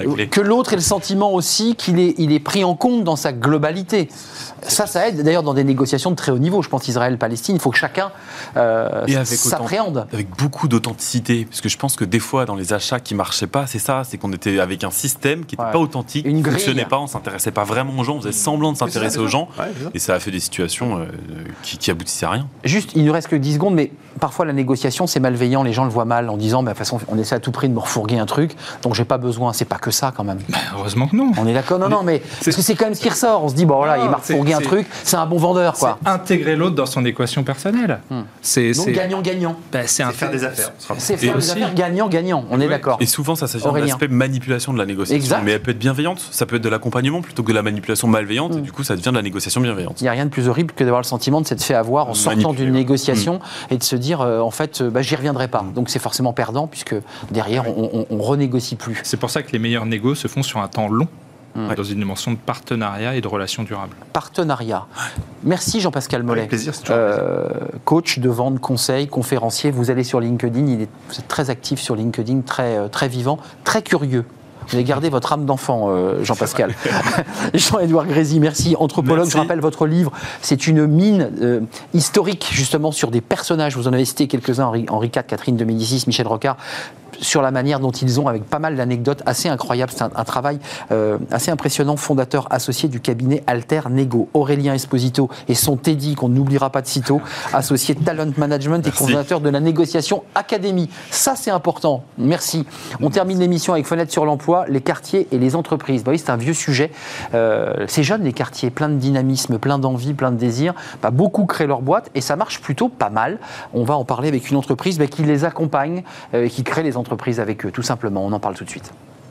que l'autre ait le sentiment aussi qu'il est, il est pris en compte dans sa globalité. Ça, ça aide d'ailleurs dans des négociations de très haut niveau. Je pense Israël-Palestine, il faut que chacun euh, s'appréhende. Autant, avec beaucoup d'authenticité, parce que je pense que des fois, dans les achats qui ne marchaient pas, c'est ça, c'est qu'on était avec un système qui n'était ouais. pas authentique, qui ne fonctionnait pas, on ne s'intéressait pas vraiment aux gens, on faisait semblant de s'intéresser aux gens, ouais, et ça a fait des situations euh, qui, qui aboutissaient à rien. Juste, il ne nous reste que dix secondes, mais parfois la négociation, c'est malveillant, les gens le voient mal en disant, bah, de toute façon, on essaie à tout prix de me refourguer un truc, donc j'ai pas besoin, c'est pas que ça quand même. Bah, heureusement que non. On est d'accord, non, non, mais parce que c'est quand même ce qui ressort, on se dit, bon voilà, il m'a refourgué un truc, c'est un bon vendeur, quoi. C'est intégrer l'autre dans son équation personnelle. Hmm. C'est, donc c'est... gagnant-gagnant. Bah, c'est, c'est faire des affaires. C'est faire des affaires gagnant-gagnant, on est d'accord. Et souvent, ça s'agit de l'aspect manipulation de la négociation. Exact. Mais elle peut être bienveillante, ça peut être de l'accompagnement plutôt que de la manipulation malveillante, hmm. et du coup, ça devient de la négociation bienveillante. Il n'y a rien de plus horrible que d'avoir le sentiment de s'être fait avoir en sortant Manipuler. d'une négociation hmm. et de se dire, euh, en fait, bah, j'y reviendrai pas. Hmm. Donc c'est forcément perdant, puisque derrière, on, on, on renégocie plus. C'est pour ça que les meilleurs négos se font sur un temps long. Ouais. Dans une dimension de partenariat et de relations durables. Partenariat. Merci Jean-Pascal Mollet. Avec plaisir, c'est euh, coach de vente, conseil, conférencier. Vous allez sur LinkedIn, il est, vous êtes très actif sur LinkedIn, très, très vivant, très curieux. Vous avez gardé votre âme d'enfant, euh, Jean-Pascal. Jean-Édouard Grézy, merci. Anthropologue, merci. Je rappelle votre livre, c'est une mine euh, historique, justement, sur des personnages. Vous en avez cité quelques-uns, Henri, Henri quatre, Catherine de Médicis, Michel Rocard, sur la manière dont ils ont, avec pas mal d'anecdotes assez incroyables. C'est un, un travail euh, assez impressionnant. Fondateur associé du cabinet Alter Nego, Aurélien Esposito et son Teddy, qu'on n'oubliera pas de sitôt, associé de Talent Management. Merci. Et fondateur de la négociation Académie. Ça, c'est important. Merci. On termine l'émission avec Fenêtre sur l'emploi, les quartiers et les entreprises. Bah oui, c'est un vieux sujet. Euh, c'est jeune, les quartiers, plein de dynamisme, plein d'envie, plein de désir. Bah, beaucoup créent leur boîte et ça marche plutôt pas mal. On va en parler avec une entreprise bah, qui les accompagne, euh, qui crée les entreprises avec eux, tout simplement. On en parle tout de suite.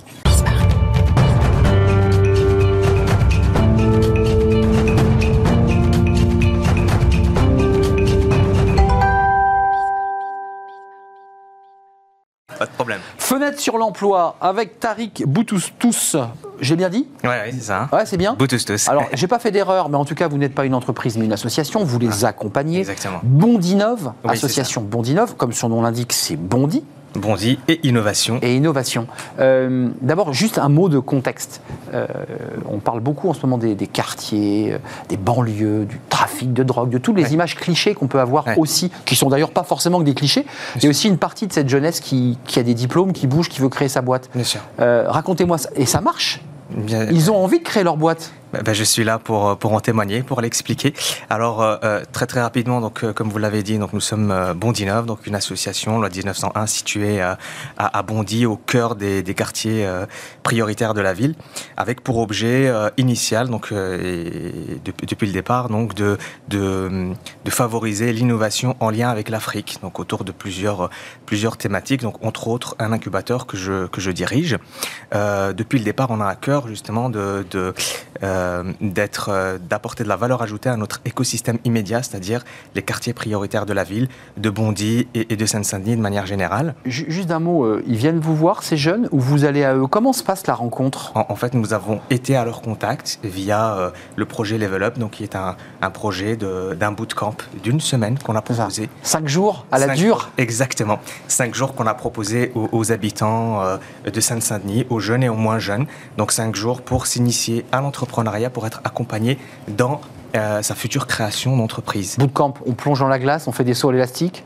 Pas de problème. Fenêtre sur l'emploi avec Tariq Boutoustous. J'ai bien dit ? Oui, ouais, c'est ça. Ouais, c'est bien. Boutoustous. Alors, j'ai pas fait d'erreur, mais en tout cas, vous n'êtes pas une entreprise, mais une association. Vous les accompagnez. Exactement. Bondinov, oui, association Bondinov, comme son nom l'indique, c'est Bondi. Bondi et innovation. Et innovation. Euh, d'abord, juste un mot de contexte. Euh, on parle beaucoup en ce moment des, des quartiers, des banlieues, du trafic de drogue, de toutes les ouais. images clichés qu'on peut avoir ouais. aussi, qui sont d'ailleurs pas forcément que des clichés. Il y a aussi une partie de cette jeunesse qui, qui a des diplômes, qui bouge, qui veut créer sa boîte. Bien sûr. Euh, racontez-moi ça. Et ça marche ? Bien, Ils ont envie de créer leur boîte. Ben, je suis là pour, pour en témoigner, pour l'expliquer. Alors, euh, très très rapidement, donc, euh, comme vous l'avez dit, donc, nous sommes euh, Bondinov, donc une association, loi dix-neuf cent un, située euh, à, à Bondy, au cœur des, des quartiers euh, prioritaires de la ville, avec pour objet euh, initial, donc, euh, et depuis, depuis le départ, donc, de, de, de favoriser l'innovation en lien avec l'Afrique, donc autour de plusieurs, plusieurs thématiques, donc, entre autres un incubateur que je, que je dirige. Euh, depuis le départ, on a à cœur justement de... de euh, d'être, euh, d'apporter de la valeur ajoutée à notre écosystème immédiat, c'est-à-dire les quartiers prioritaires de la ville, de Bondy et, et de Seine-Saint-Denis de manière générale. Juste un mot, euh, ils viennent vous voir, ces jeunes, ou vous allez à eux ? Comment se passe la rencontre ? en, en fait, nous avons été à leur contact via euh, le projet Level Up, donc qui est un, un projet de, d'un bootcamp d'une semaine qu'on a proposé. Cinq jours à la Cinq dure jours, exactement. Cinq jours qu'on a proposé aux, aux habitants euh, de Seine-Saint-Denis, aux jeunes et aux moins jeunes. Donc cinq jours pour s'initier à l'entrepreneuriat, pour être accompagné dans euh, sa future création d'entreprise. Bootcamp, on plonge dans la glace, on fait des sauts à l'élastique.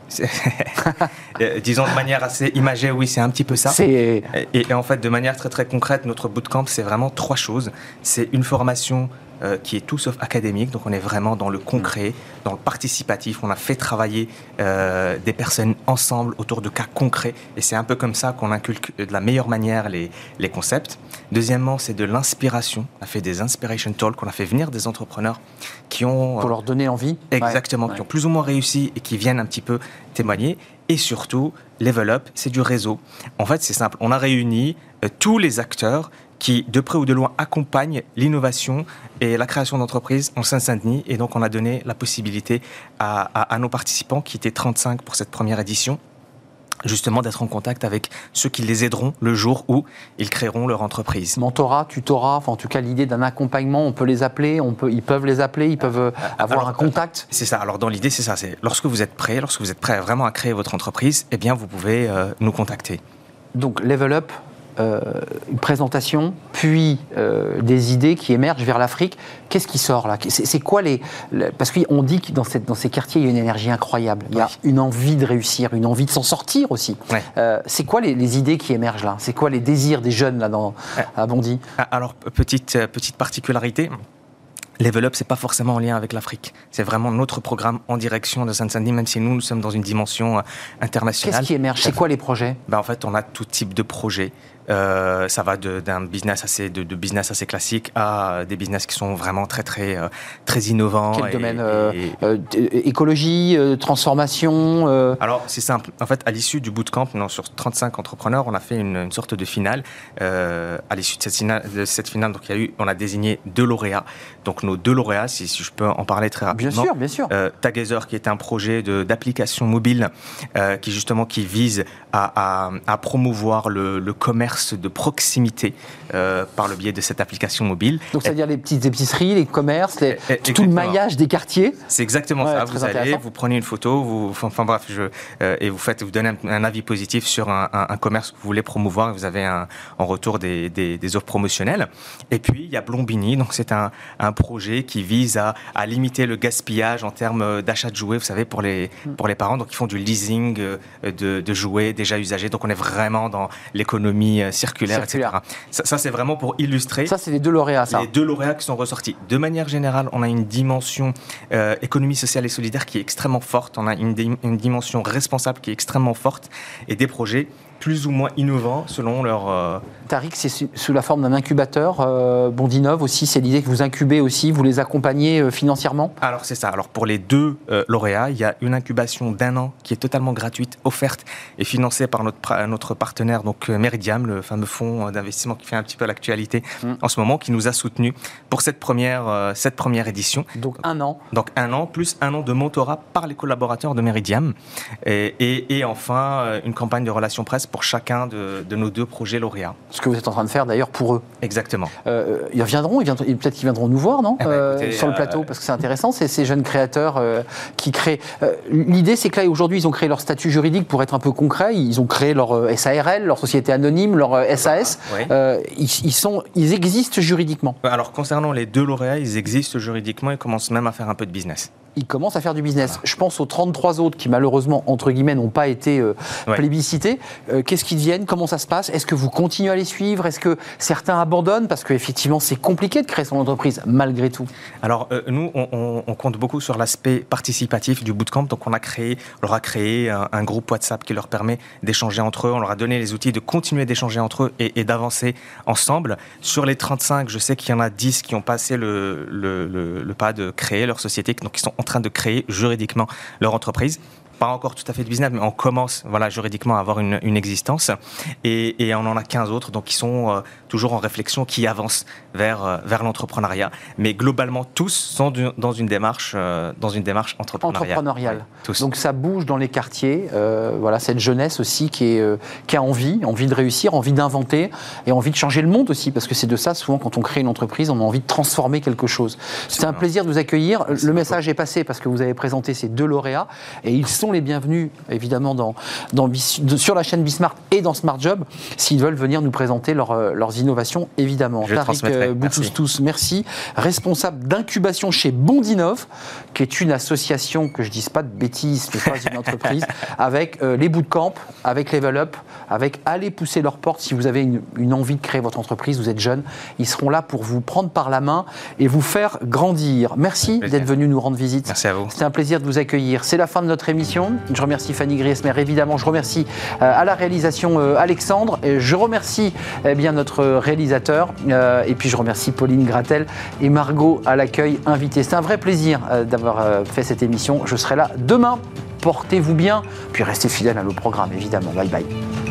Disons de manière assez imagée, oui, c'est un petit peu ça. C'est... Et, et en fait, de manière très très concrète, notre bootcamp, c'est vraiment trois choses. C'est une formation Euh, qui est tout sauf académique, donc on est vraiment dans le concret, dans le participatif. On a fait travailler euh, des personnes ensemble autour de cas concrets, et c'est un peu comme ça qu'on inculque de la meilleure manière les, les concepts. Deuxièmement, c'est de l'inspiration. On a fait des inspiration talks, on a fait venir des entrepreneurs qui ont... Pour euh, leur donner envie. Exactement, ouais. qui ont plus ou moins réussi et qui viennent un petit peu témoigner. Et surtout, Level Up, c'est du réseau. En fait, c'est simple, on a réuni euh, tous les acteurs qui, de près ou de loin, accompagne l'innovation et la création d'entreprises en Seine-Saint-Denis. Et donc, on a donné la possibilité à, à, à nos participants, qui étaient trente-cinq pour cette première édition, justement d'être en contact avec ceux qui les aideront le jour où ils créeront leur entreprise. Mentorat, tutorat, enfin en tout cas l'idée d'un accompagnement, on peut les appeler, on peut, ils peuvent les appeler, ils peuvent avoir Alors, un contact. C'est ça. Alors dans l'idée, c'est ça. C'est lorsque vous êtes prêt, lorsque vous êtes prêt vraiment à créer votre entreprise, eh bien vous pouvez euh, nous contacter. Donc Level Up, euh, une présentation, puis euh, des idées qui émergent vers l'Afrique. Qu'est-ce qui sort là? C'est, c'est quoi les, les... Parce qu'on dit que dans, cette, dans ces quartiers, il y a une énergie incroyable. Il y a une envie de réussir, une envie de s'en sortir aussi. Ouais. Euh, c'est quoi les, les idées qui émergent là? C'est quoi les désirs des jeunes là dans, à Bondy? Alors, petite, petite particularité. Level Up, c'est pas forcément en lien avec l'Afrique. C'est vraiment notre programme en direction de Seine-Saint-Denis, même si nous, nous sommes dans une dimension internationale. Qu'est-ce qui émerge? C'est quoi les projets? Ben, en fait, on a tout type de projets. Euh, ça va de, d'un business assez, de, de business assez classique à des business qui sont vraiment très, très, euh, très innovants. Quel et, domaine? et, euh, euh, écologie, euh, transformation euh... Alors, c'est simple. En fait, à l'issue du bootcamp, non, sur trente-cinq entrepreneurs, on a fait une, une sorte de finale. Euh, à l'issue de cette finale, de cette finale donc, il y a eu, on a désigné deux lauréats. Donc, nos deux lauréats, si, si je peux en parler très rapidement. Bien sûr, bien sûr. Euh, Together, qui est un projet de, d'application mobile euh, qui, justement, qui vise à, à, à promouvoir le, le commerce de proximité euh, par le biais de cette application mobile. Donc, c'est-à-dire les petites épiceries, les commerces, les, et, et, tout le maillage des quartiers. C'est exactement ouais, ça. Vous allez, vous prenez une photo, vous, enfin bref, je, euh, et vous faites, vous donnez un, un avis positif sur un, un, un commerce que vous voulez promouvoir. Et vous avez un, en retour des, des, des offres promotionnelles. Et puis il y a Blombini. Donc c'est un, un projet qui vise à, à limiter le gaspillage en termes d'achat de jouets. Vous savez, pour les pour les parents, donc ils font du leasing de, de jouets déjà usagés. Donc on est vraiment dans l'économie circulaire, circulaire. et cetera. Ça, ça, c'est vraiment pour illustrer. Ça, c'est les deux lauréats, ça. Les deux lauréats qui sont ressortis. De manière générale, on a une dimension euh, économie sociale et solidaire qui est extrêmement forte. On a une, une dimension responsable qui est extrêmement forte et des projets plus ou moins innovants selon leur... Euh... Tariq, c'est sous la forme d'un incubateur. Euh, Bondinov aussi, c'est l'idée que vous incubez aussi, vous les accompagnez euh, financièrement? Alors c'est ça. Alors pour les deux euh, lauréats, il y a une incubation d'un an qui est totalement gratuite, offerte et financée par notre, notre partenaire, donc Meridiam, le fameux fonds d'investissement qui fait un petit peu l'actualité mmh. en ce moment, qui nous a soutenus pour cette première, euh, cette première édition. Donc un an. Donc un an, plus un an de mentorat par les collaborateurs de Meridiam. Et, et, et enfin, une campagne de relations presse pour chacun de, de nos deux projets lauréats. Ce que vous êtes en train de faire d'ailleurs pour eux. Exactement. Euh, ils reviendront, ils viendront, peut-être qu'ils viendront nous voir, non eh ben, écoutez, euh, sur le plateau, euh... parce que c'est intéressant, c'est ces jeunes créateurs euh, qui créent. Euh, l'idée, c'est que là, aujourd'hui, ils ont créé leur statut juridique pour être un peu concret. Ils ont créé leur euh, S A R L, leur société anonyme, leur euh, S A S. Oui. Euh, ils, ils, sont, ils existent juridiquement. Alors, concernant les deux lauréats, ils existent juridiquement et commencent même à faire un peu de business. Ils commencent à faire du business. Voilà. Je pense aux trente-trois autres qui, malheureusement, entre guillemets, n'ont pas été euh, ouais. plébiscités. Euh, qu'est-ce qu'ils deviennent? Comment ça se passe? Est-ce que vous continuez à les suivre? Est-ce que certains abandonnent? Parce qu'effectivement, c'est compliqué de créer son entreprise, malgré tout. Alors, euh, nous, on, on, on compte beaucoup sur l'aspect participatif du bootcamp. Donc, on a créé, on leur a créé un, un groupe WhatsApp qui leur permet d'échanger entre eux. On leur a donné les outils de continuer d'échanger entre eux et, et d'avancer ensemble. Sur les trente-cinq, je sais qu'il y en a dix qui ont passé le, le, le, le pas de créer leur société, donc qui sont en train de créer juridiquement leur entreprise. Pas encore tout à fait de business, mais on commence voilà, juridiquement à avoir une, une existence. Et, et on en a quinze autres, donc qui sont euh, toujours en réflexion, qui avancent vers, euh, vers l'entrepreneuriat. Mais globalement, tous sont du, dans, une démarche, euh, dans une démarche entrepreneuriale. Entrepreneuriale. Ouais, tous. Donc ça bouge dans les quartiers. Euh, voilà, cette jeunesse aussi qui, est, euh, qui a envie, envie de réussir, envie d'inventer et envie de changer le monde aussi. Parce que c'est de ça, souvent, quand on crée une entreprise, on a envie de transformer quelque chose. C'est un plaisir de vous accueillir. Merci le message beaucoup. Est passé parce que vous avez présenté ces deux lauréats. Et ils sont les bienvenus, évidemment, dans, dans, sur la chaîne Bismart et dans Smart Job, s'ils veulent venir nous présenter leur, leurs innovations, évidemment. Je Tariq euh, Boutous-Tous, merci. Responsable d'incubation chez Bondinov, qui est une association, que je ne dise pas de bêtises, mais pas une entreprise, avec euh, les bootcamps, avec Level Up, avec aller pousser leurs portes si vous avez une, une envie de créer votre entreprise, vous êtes jeune, ils seront là pour vous prendre par la main et vous faire grandir. Merci d'être venu nous rendre visite. Merci à vous. C'était un plaisir de vous accueillir. C'est la fin de notre émission. Je remercie Fanny Griesmer, évidemment. Je remercie euh, à la réalisation euh, Alexandre. Et je remercie eh bien, notre réalisateur. Euh, et puis je remercie Pauline Gratel et Margot à l'accueil invité. C'est un vrai plaisir euh, d'avoir euh, fait cette émission. Je serai là demain. Portez-vous bien. Puis restez fidèles à nos programmes, évidemment. Bye bye.